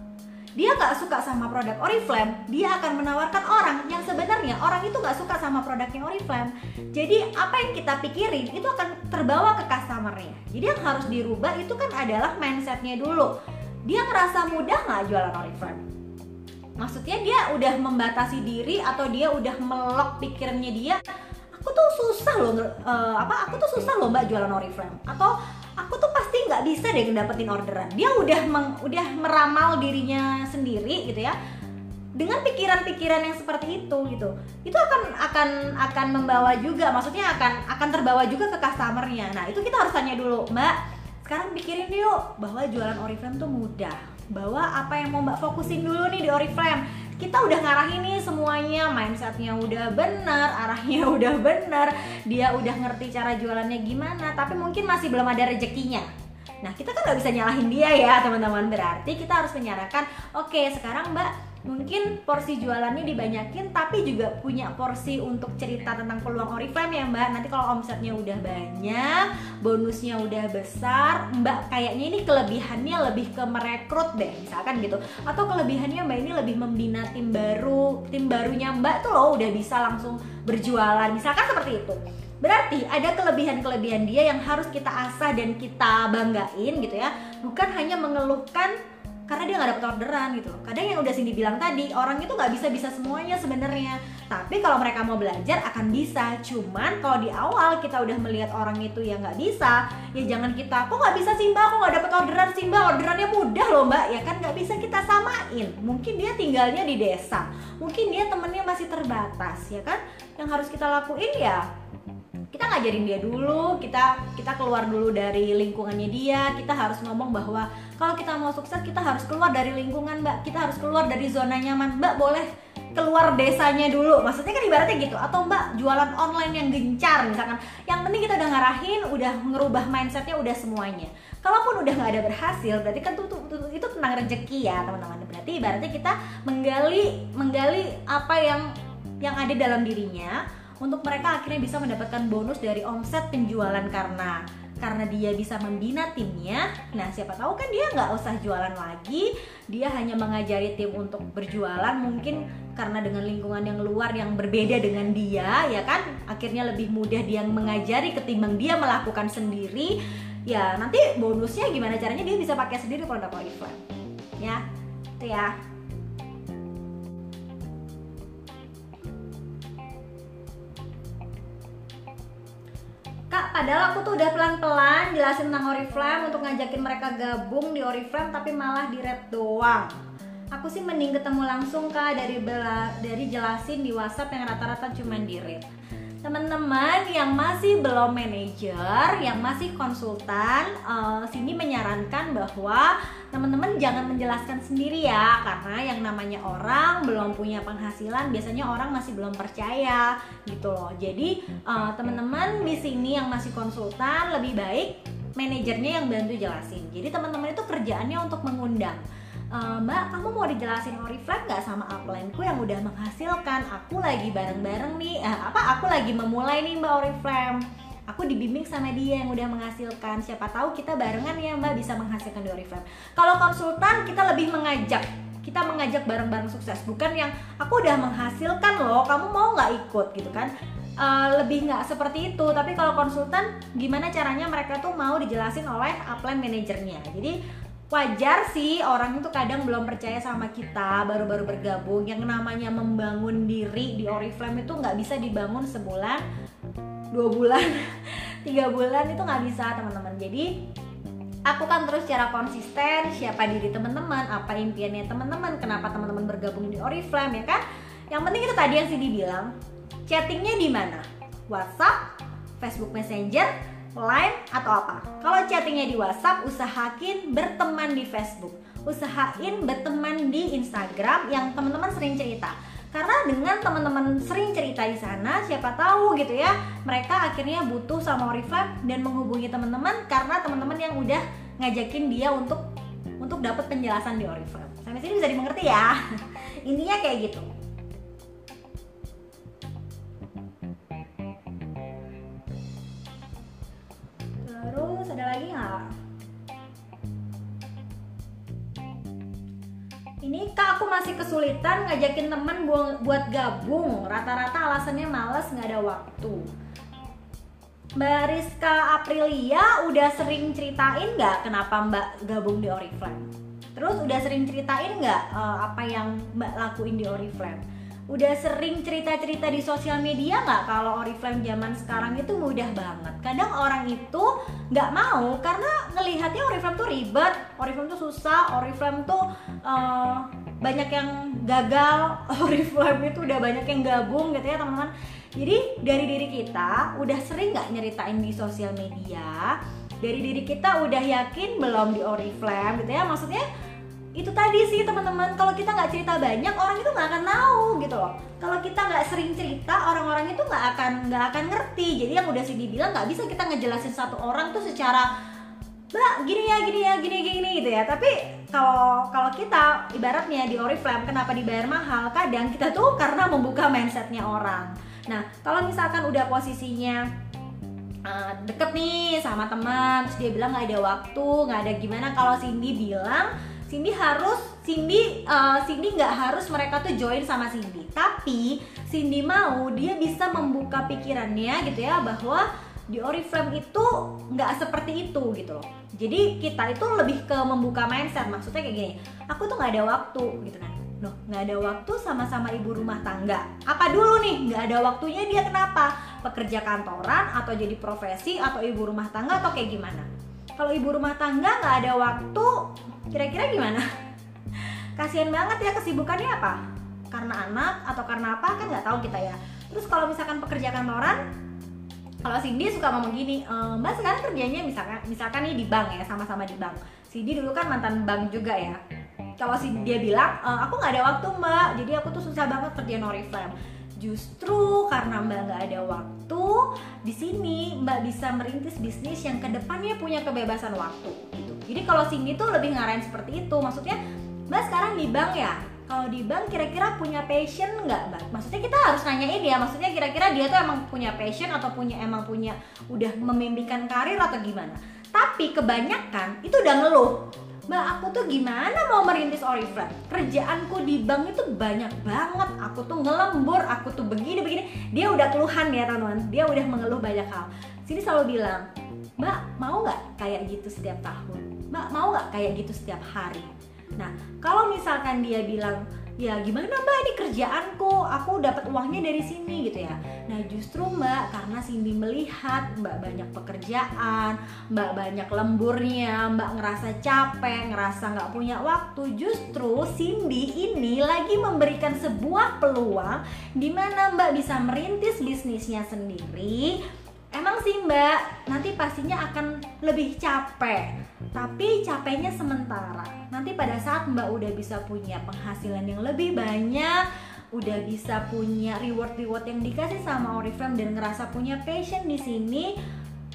Dia gak suka sama produk Oriflame, dia akan menawarkan orang yang sebenarnya orang itu gak suka sama produknya Oriflame. Jadi apa yang kita pikirin itu akan terbawa ke customer-nya. Jadi yang harus dirubah itu kan adalah mindsetnya dulu. Dia ngerasa mudah gak jualan Oriflame? Maksudnya dia udah membatasi diri atau dia udah melok pikirannya dia, aku tuh susah loh, uh, apa aku tuh susah loh mbak jualan Oriflame, atau aku tuh pasti nggak bisa deh dapetin orderan. Dia udah meng, udah meramal dirinya sendiri gitu ya, dengan pikiran-pikiran yang seperti itu gitu. Itu akan akan akan membawa juga, maksudnya akan akan terbawa juga ke customernya. Nah itu kita harus tanya dulu, mbak, sekarang pikirin yuk bahwa jualan Oriflame tuh mudah, bahwa apa yang mau mbak fokusin dulu nih di Oriflame. Kita udah ngarahin nih semuanya, mindsetnya udah bener, arahnya udah bener, dia udah ngerti cara jualannya gimana, tapi mungkin masih belum ada rezekinya. Nah kita kan gak bisa nyalahin dia ya teman-teman, berarti kita harus menyarankan, oke okay, sekarang mbak mungkin porsi jualannya dibanyakin, tapi juga punya porsi untuk cerita tentang peluang Oriflame ya mbak. Nanti kalau omsetnya udah banyak, bonusnya udah besar, mbak kayaknya ini kelebihannya lebih ke merekrut deh misalkan gitu, atau kelebihannya mbak ini lebih membina tim baru, tim barunya mbak tuh loh udah bisa langsung berjualan, misalkan seperti itu. Berarti ada kelebihan-kelebihan dia yang harus kita asah dan kita banggain gitu ya, bukan hanya mengeluhkan karena dia nggak dapet orderan gitu. Kadang yang udah Cindy bilang tadi, orang itu nggak bisa bisa semuanya sebenarnya. Tapi kalau mereka mau belajar akan bisa. Cuman kalau di awal kita udah melihat orang itu yang nggak bisa, ya jangan kita, kok nggak bisa sih mbak, kok nggak dapet orderan sih mbak, orderannya mudah loh mbak, ya kan nggak bisa kita samain. Mungkin dia tinggalnya di desa, mungkin dia temennya masih terbatas, ya kan. Yang harus kita lakuin ya kita ngajarin dia dulu, kita kita keluar dulu dari lingkungannya dia. Kita harus ngomong bahwa kalau kita mau sukses kita harus keluar dari lingkungan mbak, kita harus keluar dari zona nyaman mbak, boleh keluar desanya dulu, maksudnya kan ibaratnya gitu. Atau mbak jualan online yang gencar misalkan, yang penting kita udah ngarahin, udah ngerubah mindsetnya, udah semuanya. Kalaupun udah nggak ada berhasil, berarti kan tuh, tuh, tuh, itu tentang rezeki ya teman-teman. Berarti ibaratnya kita menggali menggali apa yang yang ada dalam dirinya, untuk mereka akhirnya bisa mendapatkan bonus dari omset penjualan karena karena dia bisa membina timnya. Nah siapa tahu kan dia nggak usah jualan lagi, dia hanya mengajari tim untuk berjualan, mungkin karena dengan lingkungan yang luar yang berbeda dengan dia, ya kan, akhirnya lebih mudah dia mengajari ketimbang dia melakukan sendiri. Ya nanti bonusnya gimana caranya dia bisa pakai sendiri produk Oriflame, ya itu ya. Kak, padahal aku tuh udah pelan-pelan jelasin tentang Oriflame untuk ngajakin mereka gabung di Oriflame, tapi malah di rate doang. Aku sih mending ketemu langsung kak, dari bela, dari jelasin di WhatsApp yang rata-rata cuma di rate. Teman-teman yang masih belum manajer, yang masih konsultan, uh, Cindy menyarankan bahwa teman-teman jangan menjelaskan sendiri ya, karena yang namanya orang belum punya penghasilan, biasanya orang masih belum percaya gitu loh. Jadi uh, teman-teman di sini yang masih konsultan lebih baik manajernya yang bantu jelasin. Jadi teman-teman itu kerjaannya untuk mengundang, e, Mbak, kamu mau dijelasin Oriflame nggak sama upline-ku yang udah menghasilkan? Aku lagi bareng-bareng nih, eh, apa? Aku lagi memulai nih Mbak Oriflame. Aku dibimbing sama dia yang udah menghasilkan. Siapa tahu kita barengan ya Mbak bisa menghasilkan di Oriflame. Kalau konsultan kita lebih mengajak, kita mengajak bareng-bareng sukses. Bukan yang aku udah menghasilkan loh, kamu mau nggak ikut gitu kan? Uh, lebih nggak seperti itu. Tapi kalau konsultan gimana caranya mereka tuh mau dijelasin oleh upline manajernya. Jadi wajar sih orang itu kadang belum percaya sama kita, baru-baru bergabung. Yang namanya membangun diri di Oriflame itu nggak bisa dibangun sebulan, dua bulan, tiga bulan, itu nggak bisa teman-teman. Jadi lakukan terus secara konsisten siapa diri teman-teman, apa impiannya teman-teman, kenapa teman-teman bergabung di Oriflame, ya kan? Yang penting itu tadi yang Cindy bilang, chattingnya di mana? WhatsApp, Facebook Messenger, Line, atau apa? Kalau chattingnya di WhatsApp, usahain berteman di Facebook, usahain berteman di Instagram yang teman-teman sering cerita. Karena dengan teman-teman sering cerita di sana, siapa tahu gitu ya, mereka akhirnya butuh sama Oriflame dan menghubungi teman-teman karena teman-teman yang udah ngajakin dia untuk untuk dapat penjelasan di Oriflame. Sampai sini bisa dimengerti ya. Intinya kayak gitu. Terus ada lagi nggak? Ini Kak, aku masih kesulitan ngajakin temen buat gabung. Rata-rata alasannya males, nggak ada waktu. Mbak Rizka Aprilia udah sering ceritain nggak kenapa Mbak gabung di Oriflame? Terus udah sering ceritain nggak uh, apa yang Mbak lakuin di Oriflame? Udah sering cerita-cerita di sosial media nggak kalau Oriflame zaman sekarang itu mudah banget? Kadang orang itu nggak mau karena ngelihatnya Oriflame tuh ribet, Oriflame tuh susah, Oriflame tuh uh, banyak yang gagal, Oriflame itu udah banyak yang gabung gitu ya teman-teman. Jadi dari diri kita udah sering nggak nyeritain di sosial media, dari diri kita udah yakin belum di Oriflame gitu ya, maksudnya itu tadi sih teman-teman, kalau kita nggak cerita banyak orang itu nggak akan tahu gitu loh. Kalau kita nggak sering cerita, orang-orang itu nggak akan nggak akan ngerti. Jadi yang udah sih dibilang, nggak bisa kita ngejelasin satu orang tuh secara Mbak gini ya gini ya gini gini gitu ya. Tapi kalau kalau kita ibaratnya di Oriflame kenapa dibayar mahal? Kadang kita tuh karena membuka mindsetnya orang. Nah kalau misalkan udah posisinya uh, deket nih sama teman, terus dia bilang nggak ada waktu, nggak ada gimana. Kalau Cindy bilang Cindy harus, Cindy, uh, Cindy nggak harus mereka tuh join sama Cindy, tapi Cindy mau dia bisa membuka pikirannya gitu ya, bahwa di Oriflame itu nggak seperti itu gitu loh. Jadi kita itu lebih ke membuka mindset, maksudnya kayak gini, aku tuh nggak ada waktu gitu kan. Loh, nggak ada waktu sama-sama ibu rumah tangga. Apa dulu nih nggak ada waktunya dia kenapa? Pekerja kantoran atau jadi profesi atau ibu rumah tangga atau kayak gimana? Kalau ibu rumah tangga nggak ada waktu, kira-kira gimana? Kasian banget ya, kesibukannya apa? Karena anak atau karena apa kan nggak tahu kita ya. Terus kalau misalkan pekerja kantoran, kalau Cindy suka ngomong gini, e, Mbak sekarang kerjanya misalkan misalkan nih di bank ya, sama-sama di bank. Cindy dulu kan mantan bank juga ya. Kalau si dia bilang, e, aku nggak ada waktu Mbak, jadi aku tuh susah banget kerjaan Oriflame. Justru karena Mbak nggak ada waktu, di sini Mbak bisa merintis bisnis yang kedepannya punya kebebasan waktu gitu. Jadi kalau Cindy tuh lebih ngarahin seperti itu, maksudnya Mbak sekarang di bank ya, kalau di bank kira-kira punya passion nggak Mbak? Maksudnya kita harus nanyain ya, maksudnya kira-kira dia tuh emang punya passion atau punya emang punya udah memimpikan karir atau gimana. Tapi kebanyakan itu udah ngeluh, Mbak aku tuh gimana mau merintis Oriflame, kerjaanku di bank itu banyak banget, aku tuh ngelembur, aku tuh begini-begini. Dia udah keluhan ya teman-teman, dia udah mengeluh banyak hal. Sini selalu bilang, Mbak mau nggak kayak gitu setiap tahun? Mbak mau nggak kayak gitu setiap hari? Nah kalau misalkan dia bilang, ya gimana Mbak ini kerjaanku, aku dapat uangnya dari sini gitu ya. Nah justru Mbak, karena Cindy melihat Mbak banyak pekerjaan, Mbak banyak lemburnya, Mbak ngerasa capek, ngerasa nggak punya waktu. Justru Cindy ini lagi memberikan sebuah peluang di mana Mbak bisa merintis bisnisnya sendiri. Emang sih Mbak, nanti pastinya akan lebih capek, tapi capeknya sementara. Nanti pada saat Mbak udah bisa punya penghasilan yang lebih banyak, udah bisa punya reward-reward yang dikasih sama Oriflame dan ngerasa punya passion di sini,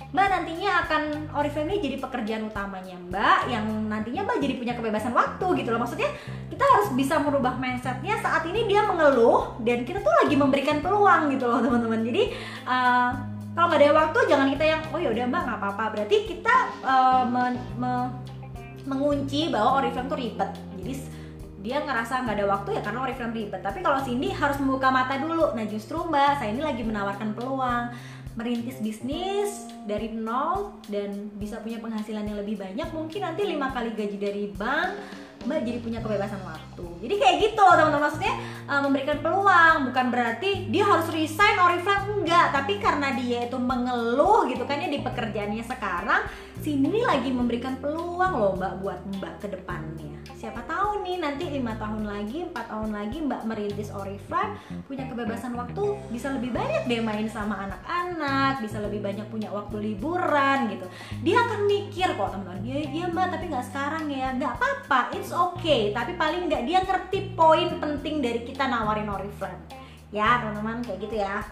Mbak nantinya akan Oriflame ini jadi pekerjaan utamanya Mbak, yang nantinya Mbak jadi punya kebebasan waktu gitu loh. Maksudnya kita harus bisa merubah mindsetnya saat ini dia mengeluh dan kita tuh lagi memberikan peluang gitu loh teman-teman. Jadi uh, kalau nggak ada waktu jangan kita yang oh yaudah Mbak nggak apa-apa, berarti kita uh, me, me, mengunci bahwa Oriflame tuh ribet. Jadi dia ngerasa nggak ada waktu ya karena Oriflame ribet. Tapi kalau Cindy harus membuka mata dulu. Nah justru Mbak, saya ini lagi menawarkan peluang merintis bisnis dari nol dan bisa punya penghasilan yang lebih banyak, mungkin nanti lima kali gaji dari bank, Mbak jadi punya kebebasan waktu. Jadi kayak gitu loh teman-teman, maksudnya uh, memberikan peluang, bukan berarti dia harus resign Oriflame, enggak. Tapi karena dia itu mengeluh gitu kan ya di pekerjaannya sekarang, sini lagi memberikan peluang loh Mbak buat Mbak ke depannya. Siapa tahu nih nanti lima tahun lagi, empat tahun lagi Mbak merintis Oriflame, punya kebebasan waktu, bisa lebih banyak deh main sama anak-anak, bisa lebih banyak punya waktu liburan gitu. Dia akan mikir kok teman-teman, ya, ya Mbak tapi nggak sekarang ya, nggak apa-apa, it's okay. Tapi paling nggak dia ngerti poin penting dari kita nawarin Oriflame. Ya teman-teman kayak gitu ya.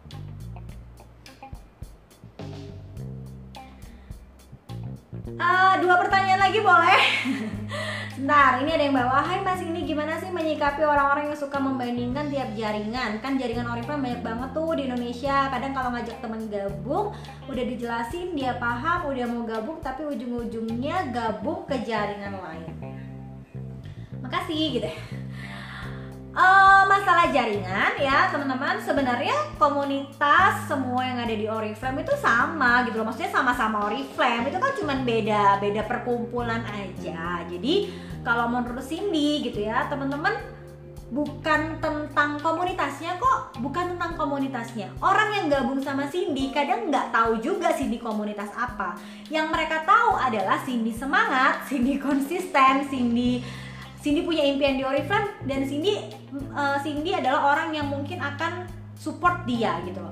Uh, dua pertanyaan lagi boleh? Bentar, ini ada yang bawa, hai Mas ini gimana sih menyikapi orang-orang yang suka membandingkan tiap jaringan? Kan jaringan Oriflame banyak banget tuh di Indonesia. Kadang kalau ngajak temen gabung, udah dijelasin, dia paham, udah mau gabung, tapi ujung-ujungnya gabung ke jaringan lain. Makasih gitu ya. Uh, masalah jaringan ya teman-teman, sebenarnya komunitas semua yang ada di Oriflame itu sama gitu loh, maksudnya sama-sama Oriflame, itu kan cuman beda beda perkumpulan aja. Jadi kalau menurut Cindy gitu ya teman-teman, bukan tentang komunitasnya kok, bukan tentang komunitasnya. Orang yang gabung sama Cindy kadang nggak tahu juga Cindy komunitas apa. Yang mereka tahu adalah Cindy semangat, Cindy konsisten, Cindy Cindy punya impian di Oriflame, dan Cindy uh, Cindy adalah orang yang mungkin akan support dia gitu loh.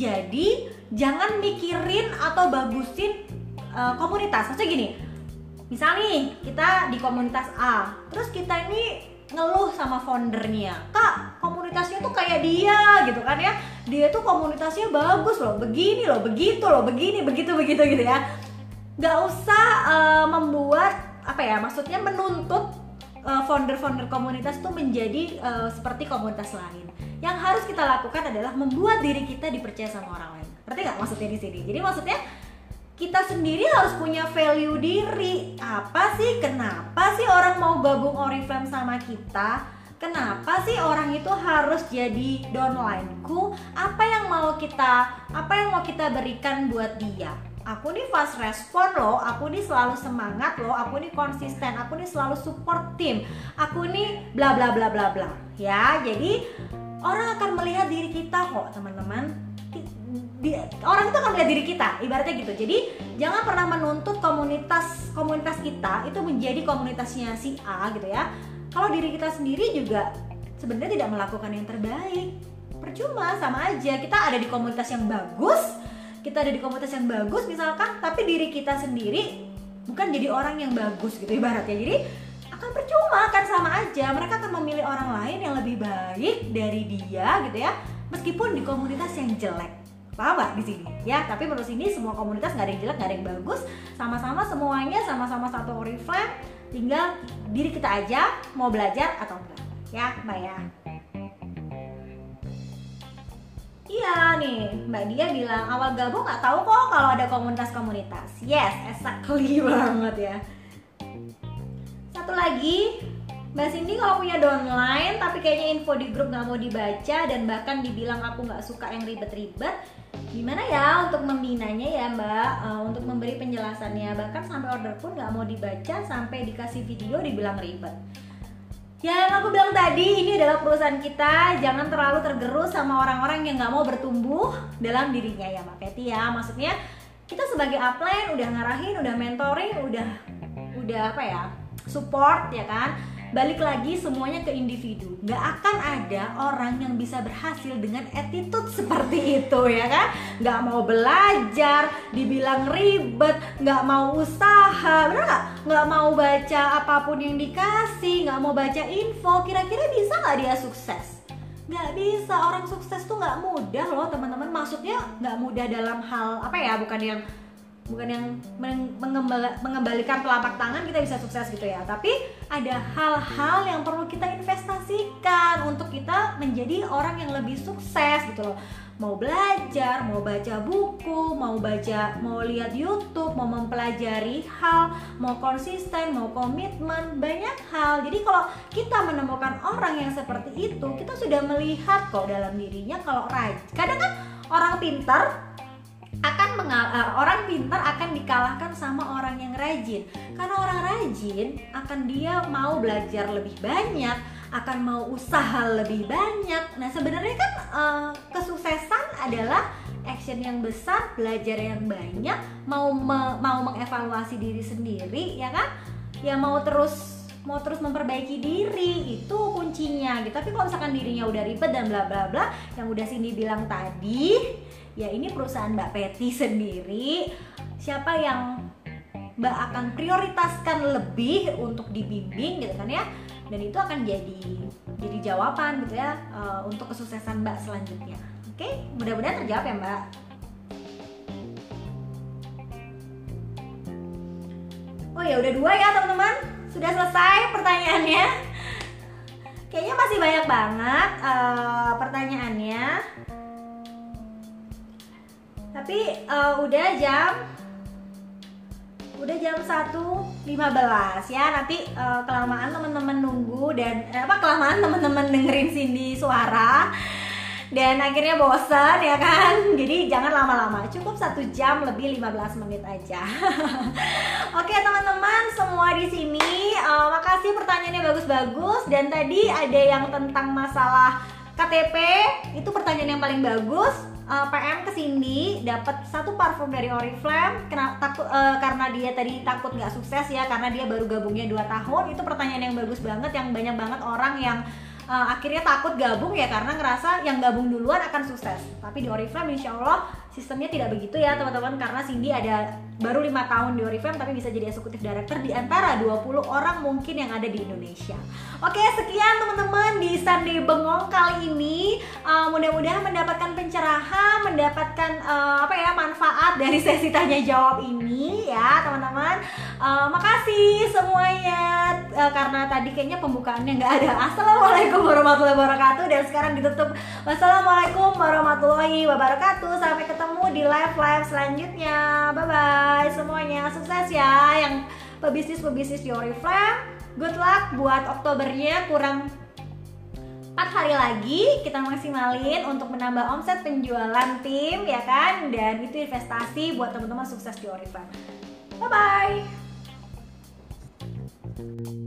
Jadi jangan mikirin atau bagusin uh, komunitas. Maksudnya gini, misal nih kita di komunitas A, terus kita ini ngeluh sama foundernya, Kak komunitasnya tuh kayak dia gitu kan ya, dia tuh komunitasnya bagus loh, begini loh, begitu loh, begini, begitu, begitu gitu ya. Gak usah uh, membuat apa ya, maksudnya menuntut founder-founder komunitas tuh menjadi uh, seperti komunitas lain. Yang harus kita lakukan adalah membuat diri kita dipercaya sama orang lain. Ngerti nggak maksudnya di sini? Jadi maksudnya kita sendiri harus punya value diri. Apa sih? Kenapa sih orang mau gabung Oriflame sama kita? Kenapa sih orang itu harus jadi downline-ku? Apa yang mau kita, apa yang mau kita berikan buat dia? Aku nih fast respon loh, aku nih selalu semangat loh, aku nih konsisten, aku nih selalu support tim, aku nih bla bla bla bla bla. Ya, jadi orang akan melihat diri kita kok teman-teman. Orang itu akan melihat diri kita, ibaratnya gitu. Jadi jangan pernah menuntut komunitas komunitas kita itu menjadi komunitasnya si A gitu ya. Kalau diri kita sendiri juga sebenarnya tidak melakukan yang terbaik, percuma, sama aja. Kita ada di komunitas yang bagus, kita ada di komunitas yang bagus misalkan, tapi diri kita sendiri bukan jadi orang yang bagus gitu ibaratnya. Jadi akan percuma kan, sama aja. Mereka akan memilih orang lain yang lebih baik dari dia gitu ya, meskipun di komunitas yang jelek. Paham gak di sini? Ya, tapi menurut sini semua komunitas nggak ada yang jelek, nggak ada yang bagus. Sama-sama semuanya sama-sama satu Oriflame. Tinggal diri kita aja mau belajar atau enggak. Ya, Mbak ya. Iya nih, Mbak Dia bilang awal gabung nggak tahu kok kalau ada komunitas-komunitas. Yes, exactly banget ya. Satu lagi, Mbak Cindy kalau punya downline tapi kayaknya info di grup nggak mau dibaca dan bahkan dibilang aku nggak suka yang ribet-ribet, gimana ya untuk membinanya ya Mbak, uh, untuk memberi penjelasannya, bahkan sampai order pun nggak mau dibaca, sampai dikasih video dibilang ribet. Ya yang aku bilang tadi, ini adalah perusahaan kita, jangan terlalu tergerus sama orang-orang yang nggak mau bertumbuh dalam dirinya ya Mbak Peti ya. Maksudnya kita sebagai upline udah ngarahin, udah mentoring, udah udah apa ya, support ya kan. Balik lagi semuanya ke individu. Nggak akan ada orang yang bisa berhasil dengan attitude seperti itu ya kan. Nggak mau belajar, dibilang ribet, nggak mau usaha, bener nggak? Nggak mau baca apapun yang dikasih, nggak mau baca info, kira-kira bisa nggak dia sukses? Nggak bisa. Orang sukses tuh nggak mudah loh teman-teman. Maksudnya nggak mudah dalam hal apa ya, bukan yang bukan yang mengembalikan telapak tangan kita bisa sukses gitu ya, tapi ada hal-hal yang perlu kita investasikan untuk kita menjadi orang yang lebih sukses gitu loh. Mau belajar, mau baca buku, mau baca, mau lihat YouTube, mau mempelajari hal, mau konsisten, mau komitmen, banyak hal. Jadi kalau kita menemukan orang yang seperti itu, kita sudah melihat kok dalam dirinya kalau rajin. Kadang kan orang pintar akan mengal- uh, orang pintar akan dikalahkan sama orang yang rajin. Karena orang rajin akan dia mau belajar lebih banyak, akan mau usaha lebih banyak. Nah sebenarnya kan uh, kesuksesan adalah action yang besar, belajar yang banyak, mau me- mau mengevaluasi diri sendiri, ya kan? Ya mau terus mau terus memperbaiki diri, itu kuncinya gitu. Tapi kalau misalkan dirinya udah ribet dan bla bla bla, yang udah Cindy bilang tadi, ya ini perusahaan Mbak Peti sendiri, siapa yang Mbak akan prioritaskan lebih untuk dibimbing gitu kan ya, dan itu akan jadi jadi jawaban gitu ya uh, untuk kesuksesan Mbak selanjutnya. Oke, mudah-mudahan terjawab ya Mbak. Oh ya udah dua ya teman-teman, sudah selesai pertanyaannya. Kayaknya masih banyak banget uh, pertanyaannya. Tapi uh, udah jam udah jam satu lima belas ya. Nanti uh, kelamaan teman-teman nunggu dan eh, apa kelamaan teman-teman dengerin Cindy suara dan akhirnya bosan ya kan. Jadi jangan lama-lama, cukup satu jam lebih lima belas menit aja. Oke teman-teman semua di sini, uh, makasih pertanyaannya bagus-bagus. Dan tadi ada yang tentang masalah K T P, itu pertanyaan yang paling bagus. Uh, P M ke Cindy dapat satu parfum dari Oriflame. Kena, takut, uh, karena dia tadi takut nggak sukses ya, karena dia baru gabungnya dua tahun. Itu pertanyaan yang bagus banget, yang banyak banget orang yang uh, akhirnya takut gabung ya karena ngerasa yang gabung duluan akan sukses. Tapi di Oriflame insya Allah sistemnya tidak begitu ya teman-teman, karena Cindy ada baru lima tahun di Oriflame tapi bisa jadi eksekutif director di antara dua puluh orang mungkin yang ada di Indonesia. Oke, sekian teman-teman di Sunday Bengong kali ini. Uh, mudah-mudahan mendapatkan pencerahan, mendapatkan uh, apa ya manfaat dari sesi tanya jawab ini ya teman-teman. Uh, makasih semuanya uh, karena tadi kayaknya pembukaannya nggak ada. Assalamualaikum warahmatullahi wabarakatuh, dan sekarang ditutup. Wassalamualaikum warahmatullahi wabarakatuh. Sampai ketemu di live-live selanjutnya. Bye bye semuanya, sukses ya yang pebisnis-pebisnis di Oriflame. Good luck buat Oktobernya, kurang empat hari lagi kita maksimalin untuk menambah omset penjualan tim ya kan, dan itu investasi buat teman-teman sukses di Oriflame. Bye bye.